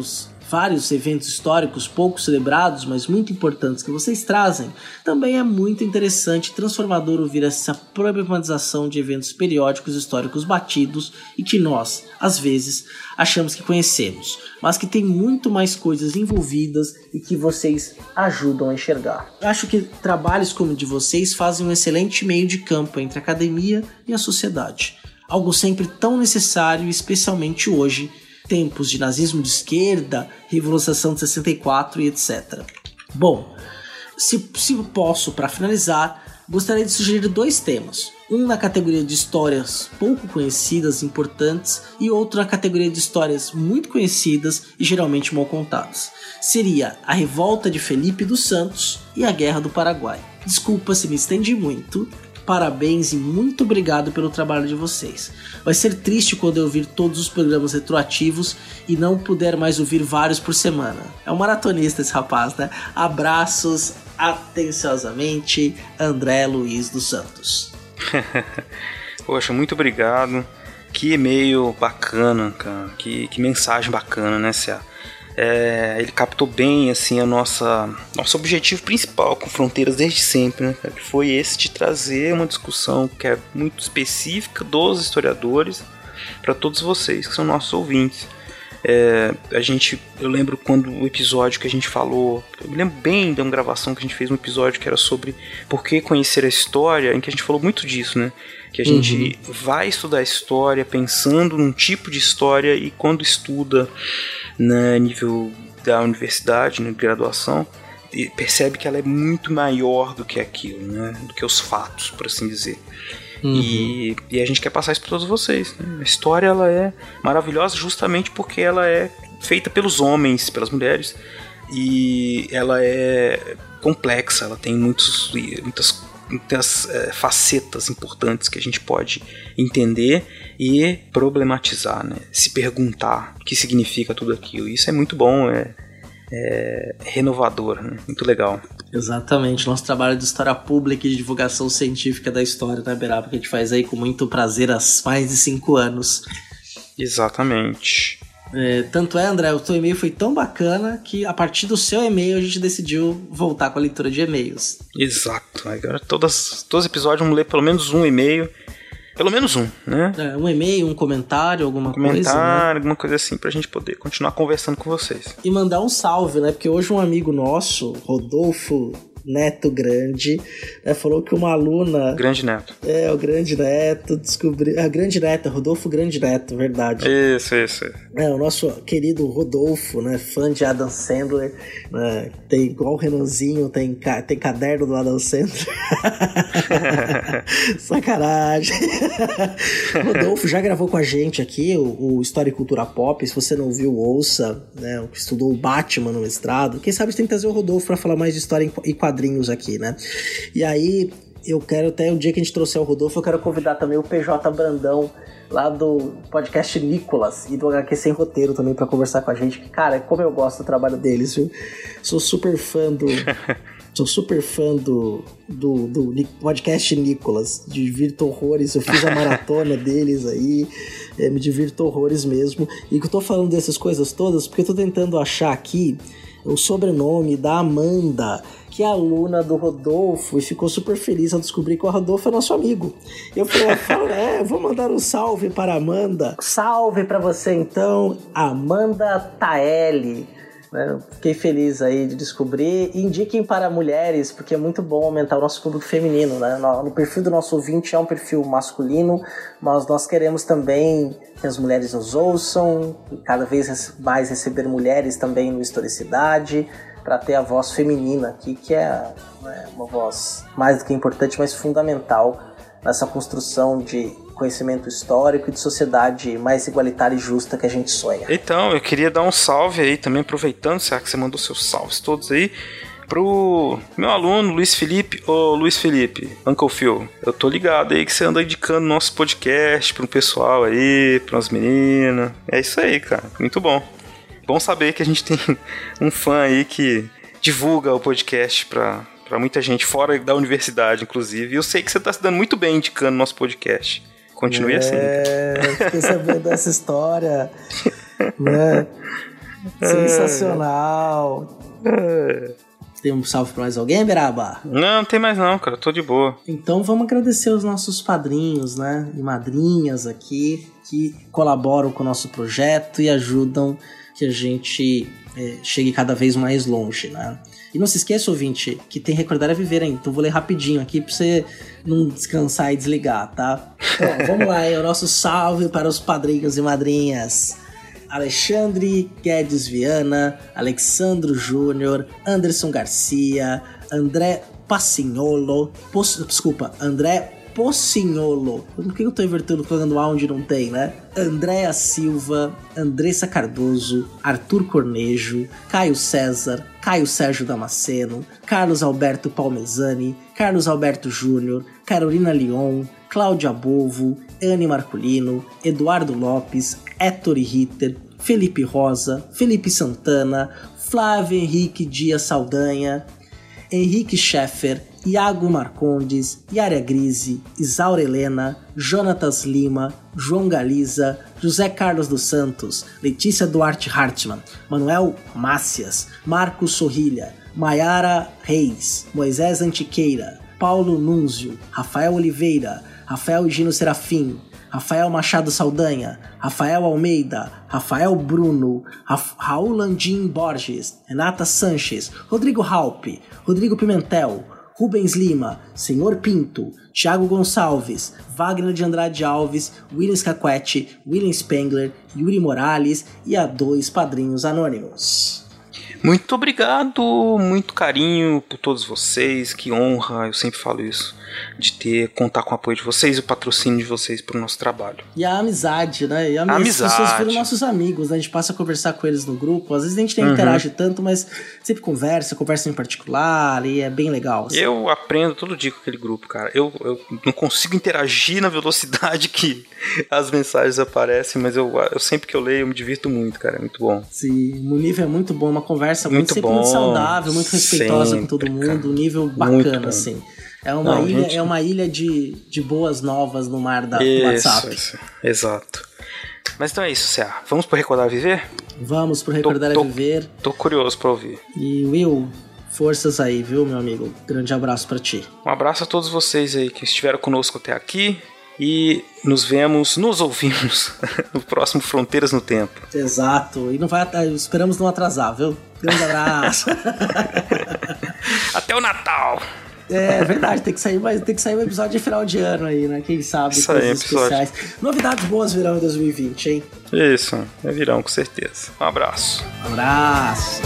vários eventos históricos pouco celebrados, mas muito importantes que vocês trazem, também é muito interessante e transformador ouvir essa problematização de eventos periódicos históricos batidos e que nós, às vezes, achamos que conhecemos, mas que tem muito mais coisas envolvidas e que vocês ajudam a enxergar. Eu acho que trabalhos como o de vocês fazem um excelente meio de campo entre a academia e a sociedade, algo sempre tão necessário, especialmente hoje, tempos de nazismo de esquerda, Revolução de sessenta e quatro e etcétera. Bom, se, se posso, para finalizar, gostaria de sugerir dois temas. Um na categoria de histórias pouco conhecidas, importantes, e outro na categoria de histórias muito conhecidas e geralmente mal contadas. Seria a Revolta de Felipe dos Santos e a Guerra do Paraguai. Desculpa se me estendi muito. Parabéns e muito obrigado pelo trabalho de vocês. Vai ser triste quando eu ouvir todos os programas retroativos e não puder mais ouvir vários por semana. É um maratonista esse rapaz, né? Abraços, atenciosamente, André Luiz dos Santos. Poxa, muito obrigado. Que e-mail bacana, cara. Que, que mensagem bacana, né, Cé? É, ele captou bem assim a nossa nosso objetivo principal com Fronteiras desde sempre, né, que foi esse de trazer uma discussão que é muito específica dos historiadores para todos vocês que são nossos ouvintes. É, a gente, eu lembro quando o episódio que a gente falou, eu me lembro bem de uma gravação que a gente fez, um episódio que era sobre por que conhecer a história, em que a gente falou muito disso, né? Que a gente uhum. vai estudar a história pensando num tipo de história e quando estuda no nível da universidade, na graduação, e percebe que ela é muito maior do que aquilo, né? Do que os fatos, por assim dizer. Uhum. E, e a gente quer passar isso para todos vocês, né? A história ela é maravilhosa justamente porque ela é feita pelos homens, pelas mulheres, e ela é complexa, ela tem muitos, muitas, muitas é, facetas importantes que a gente pode entender e problematizar, né? Se perguntar o que significa tudo aquilo. Isso é muito bom, é, é renovador, né? Muito legal. Exatamente, nosso trabalho de história pública e de divulgação científica da história, né, Beraba, que a gente faz aí com muito prazer há mais de cinco anos. Exatamente. É, tanto é, André, o teu e-mail foi tão bacana que a partir do seu e-mail a gente decidiu voltar com a leitura de e-mails. Exato, agora todas, todos os episódios vamos ler pelo menos um e-mail. Pelo menos um, né? É, um e-mail, um comentário, alguma um comentário, coisa. Comentário, né? Alguma coisa assim, pra gente poder continuar conversando com vocês. E mandar um salve, né? Porque hoje um amigo nosso, Rodolfo Neto Grande, né, falou que uma aluna... Grande Neto. É, o Grande Neto, descobriu... A Grande Neto, Rodolfo Grande Neto, verdade. Isso, isso. É, o nosso querido Rodolfo, né, fã de Adam Sandler, né, tem igual o Renanzinho, tem, ca... tem caderno do Adam Sandler. Sacanagem. Rodolfo já gravou com a gente aqui o, o História e Cultura Pop, se você não ouviu, ouça, né, que estudou o Batman no mestrado. Quem sabe você tem que trazer o Rodolfo pra falar mais de história e quadrinhos aqui, né? E aí, eu quero até o dia que a gente trouxer o Rodolfo, eu quero convidar também o P J Brandão, lá do podcast Nicolas e do H Q Sem Roteiro também, pra conversar com a gente, que, cara, como eu gosto do trabalho deles, viu? Sou super fã do... Sou super fã do, do, do podcast Nicolas, divirto horrores, eu fiz a maratona deles aí, é, me divirto horrores mesmo, e que eu tô falando dessas coisas todas porque eu tô tentando achar aqui o sobrenome da Amanda, que é aluna do Rodolfo, e ficou super feliz ao descobrir que o Rodolfo é nosso amigo. Eu falei, é, vou mandar um salve para a Amanda. Salve para você então, Amanda Taeli. Né? Fiquei feliz aí de descobrir. Indiquem para mulheres, porque é muito bom aumentar o nosso público feminino, né? No, no perfil do nosso ouvinte é um perfil masculino, mas nós queremos também que as mulheres nos ouçam, e cada vez mais receber mulheres também no Historicidade, para ter a voz feminina aqui, que é, né, uma voz mais do que importante, mas fundamental nessa construção de conhecimento histórico e de sociedade mais igualitária e justa que a gente sonha. Então, eu queria dar um salve aí também, aproveitando, será que você mandou seus salves todos aí, pro meu aluno, Luiz Felipe. Ô, Luiz Felipe, Uncle Phil, eu tô ligado aí que você anda indicando nosso podcast pro pessoal aí, pras meninas. É isso aí, cara, muito bom. Bom saber que a gente tem um fã aí que divulga o podcast pra, pra muita gente, fora da universidade, inclusive. E eu sei que você tá se dando muito bem indicando nosso podcast. Continue é, assim. É, fiquei sabendo dessa história, né? Sensacional. É. Tem um salve pra mais alguém, Beraba? Não, não tem mais não, cara. Tô de boa. Então vamos agradecer os nossos padrinhos, né? E madrinhas aqui que colaboram com o nosso projeto e ajudam que a gente é, chegue cada vez mais longe, né? E não se esqueça, ouvinte, que tem Recordar é Viver ainda. Então vou ler rapidinho aqui pra você não descansar e desligar, tá? Então, vamos lá, é o nosso salve para os padrinhos e madrinhas. Alexandre Guedes Viana, Alexandro Júnior, Anderson Garcia, André Passinholo, Poc... desculpa, André Pocinholo. Por que eu tô invertendo, colocando A onde não tem, né? Andréa Silva, Andressa Cardoso, Arthur Cornejo, Caio César, Caio Sérgio Damasceno, Carlos Alberto Palmezani, Carlos Alberto Júnior, Carolina Leon, Cláudia Bovo, Anne Marculino, Eduardo Lopes, Héctor Ritter, Felipe Rosa, Felipe Santana, Flávio Henrique Dias Saldanha, Henrique Scheffer, Iago Marcondes, Yária Grise, Isaura Helena, Jonatas Lima, João Galiza, José Carlos dos Santos, Letícia Duarte Hartmann, Manuel Mácias, Marcos Sorrilha, Maiara Reis, Moisés Antiqueira, Paulo Núnzio, Rafael Oliveira, Rafael Gino Serafim, Rafael Machado Saldanha, Rafael Almeida, Rafael Bruno, Ra- Raul Landim Borges, Renata Sanches, Rodrigo Halpe, Rodrigo Pimentel, Rubens Lima, Senhor Pinto, Thiago Gonçalves, Wagner de Andrade Alves, William Scaquetti, William Spengler, Yuri Morales e a dois padrinhos anônimos. Muito obrigado, muito carinho por todos vocês, que honra, eu sempre falo isso, de ter, contar com o apoio de vocês e o patrocínio de vocês pro nosso trabalho. E a amizade, né? E a amizade. As pessoas viram nossos amigos, né? A gente passa a conversar com eles no grupo, às vezes a gente nem uhum. interage tanto, mas sempre conversa, conversa em particular, e é bem legal. Assim. Eu aprendo todo dia com aquele grupo, cara. Eu, eu não consigo interagir na velocidade que as mensagens aparecem, mas eu, eu sempre que eu leio eu me divirto muito, cara, é muito bom. Sim, o nível é muito bom, uma conversa muito, muito sempre bom, muito saudável, muito respeitosa sempre, com todo mundo, cara. um nível bacana, assim. É uma Não, ilha, gente... é uma ilha de, de boas novas no mar da, isso, do WhatsApp. Isso, exato. Mas então é isso, Céa. Vamos pro Recordar Viver? Vamos pro Recordar tô, é Viver. Tô curioso pra ouvir. E Will, forças aí, viu, meu amigo? Grande abraço pra ti. Um abraço a todos vocês aí que estiveram conosco até aqui. E nos vemos, nos ouvimos no próximo Fronteiras no Tempo. Exato. E não vai, esperamos não atrasar, viu? Grande abraço. Até o Natal. É verdade, tem que sair, mas tem que sair um episódio de final de ano aí, né? Quem sabe, Isso coisas aí, especiais. Novidades boas virão em dois mil e vinte, hein? Isso, é virão, com certeza. Um abraço. Um abraço.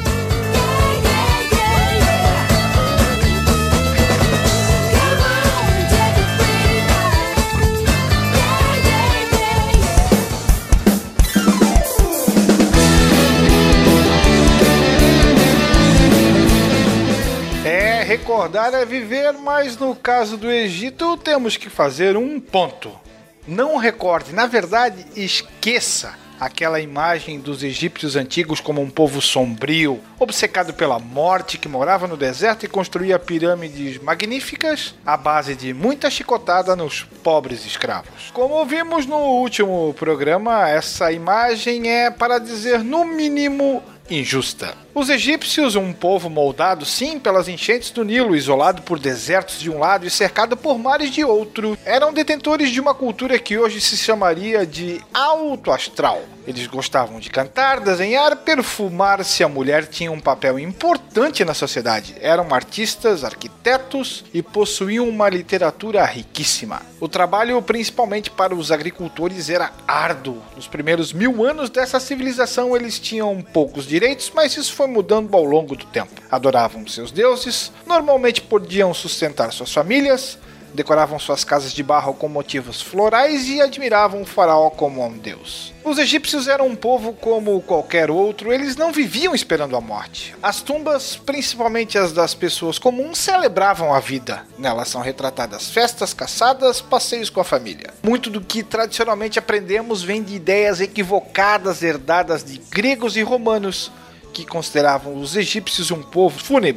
Recordar é viver, mas no caso do Egito temos que fazer um ponto. Não recorde, na verdade, esqueça aquela imagem dos egípcios antigos como um povo sombrio, obcecado pela morte, que morava no deserto e construía pirâmides magníficas à base de muita chicotada nos pobres escravos. Como ouvimos no último programa, essa imagem é, para dizer no mínimo, injusta. Os egípcios, um povo moldado sim pelas enchentes do Nilo, isolado por desertos de um lado e cercado por mares de outro, eram detentores de uma cultura que hoje se chamaria de alto astral. Eles gostavam de cantar, desenhar, perfumar se a mulher tinha um papel importante na sociedade. Eram artistas, arquitetos e possuíam uma literatura riquíssima. O trabalho, principalmente para os agricultores, era árduo. Nos primeiros mil anos dessa civilização eles tinham poucos direitos, mas isso foi mudando ao longo do tempo. Adoravam seus deuses, normalmente podiam sustentar suas famílias, decoravam suas casas de barro com motivos florais e admiravam o faraó como um deus. Os egípcios eram um povo como qualquer outro, eles não viviam esperando a morte. As tumbas, principalmente as das pessoas comuns, celebravam a vida. Nelas são retratadas festas, caçadas, passeios com a família. Muito do que tradicionalmente aprendemos vem de ideias equivocadas herdadas de gregos e romanos, que consideravam os egípcios um povo fúnebre.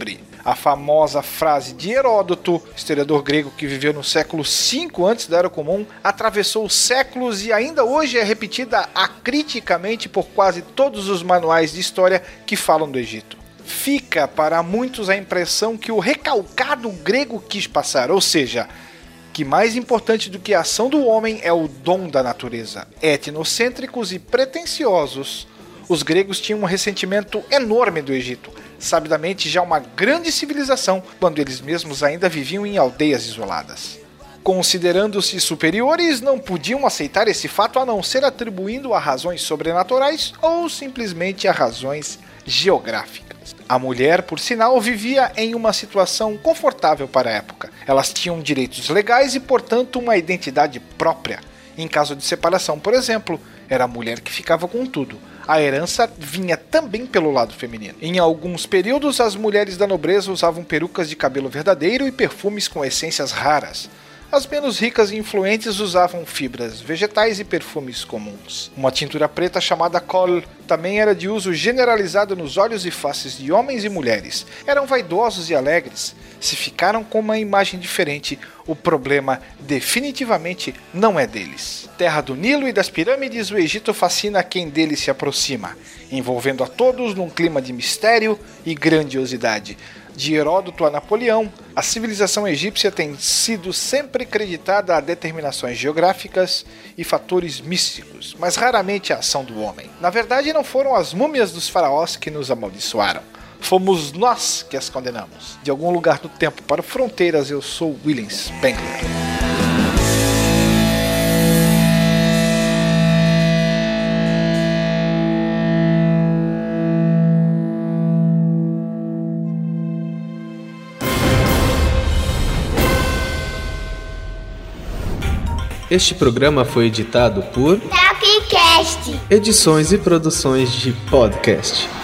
A famosa frase de Heródoto, historiador grego que viveu no século cinco antes da Era Comum, atravessou séculos e ainda hoje é repetida acriticamente por quase todos os manuais de história que falam do Egito. Fica para muitos a impressão que o recalcado grego quis passar, ou seja, que mais importante do que a ação do homem é o dom da natureza. Etnocêntricos e pretensiosos, os gregos tinham um ressentimento enorme do Egito, sabidamente já uma grande civilização, quando eles mesmos ainda viviam em aldeias isoladas. Considerando-se superiores, não podiam aceitar esse fato a não ser atribuindo a razões sobrenaturais ou simplesmente a razões geográficas. A mulher, por sinal, vivia em uma situação confortável para a época. Elas tinham direitos legais e, portanto, uma identidade própria. Em caso de separação, por exemplo, era a mulher que ficava com tudo. A herança vinha também pelo lado feminino. Em alguns períodos, as mulheres da nobreza usavam perucas de cabelo verdadeiro e perfumes com essências raras. As menos ricas e influentes usavam fibras vegetais e perfumes comuns. Uma tintura preta chamada kol também era de uso generalizado nos olhos e faces de homens e mulheres. Eram vaidosos e alegres. Se ficaram com uma imagem diferente, o problema definitivamente não é deles. Terra do Nilo e das pirâmides, o Egito fascina quem dele se aproxima, envolvendo a todos num clima de mistério e grandiosidade. De Heródoto a Napoleão, a civilização egípcia tem sido sempre creditada a determinações geográficas e fatores místicos, mas raramente a ação do homem. Na verdade, não foram as múmias dos faraós que nos amaldiçoaram. Fomos nós que as condenamos. De algum lugar do tempo para fronteiras, eu sou William Spengler. Este programa foi editado por Tapcast. Edições e produções de podcast.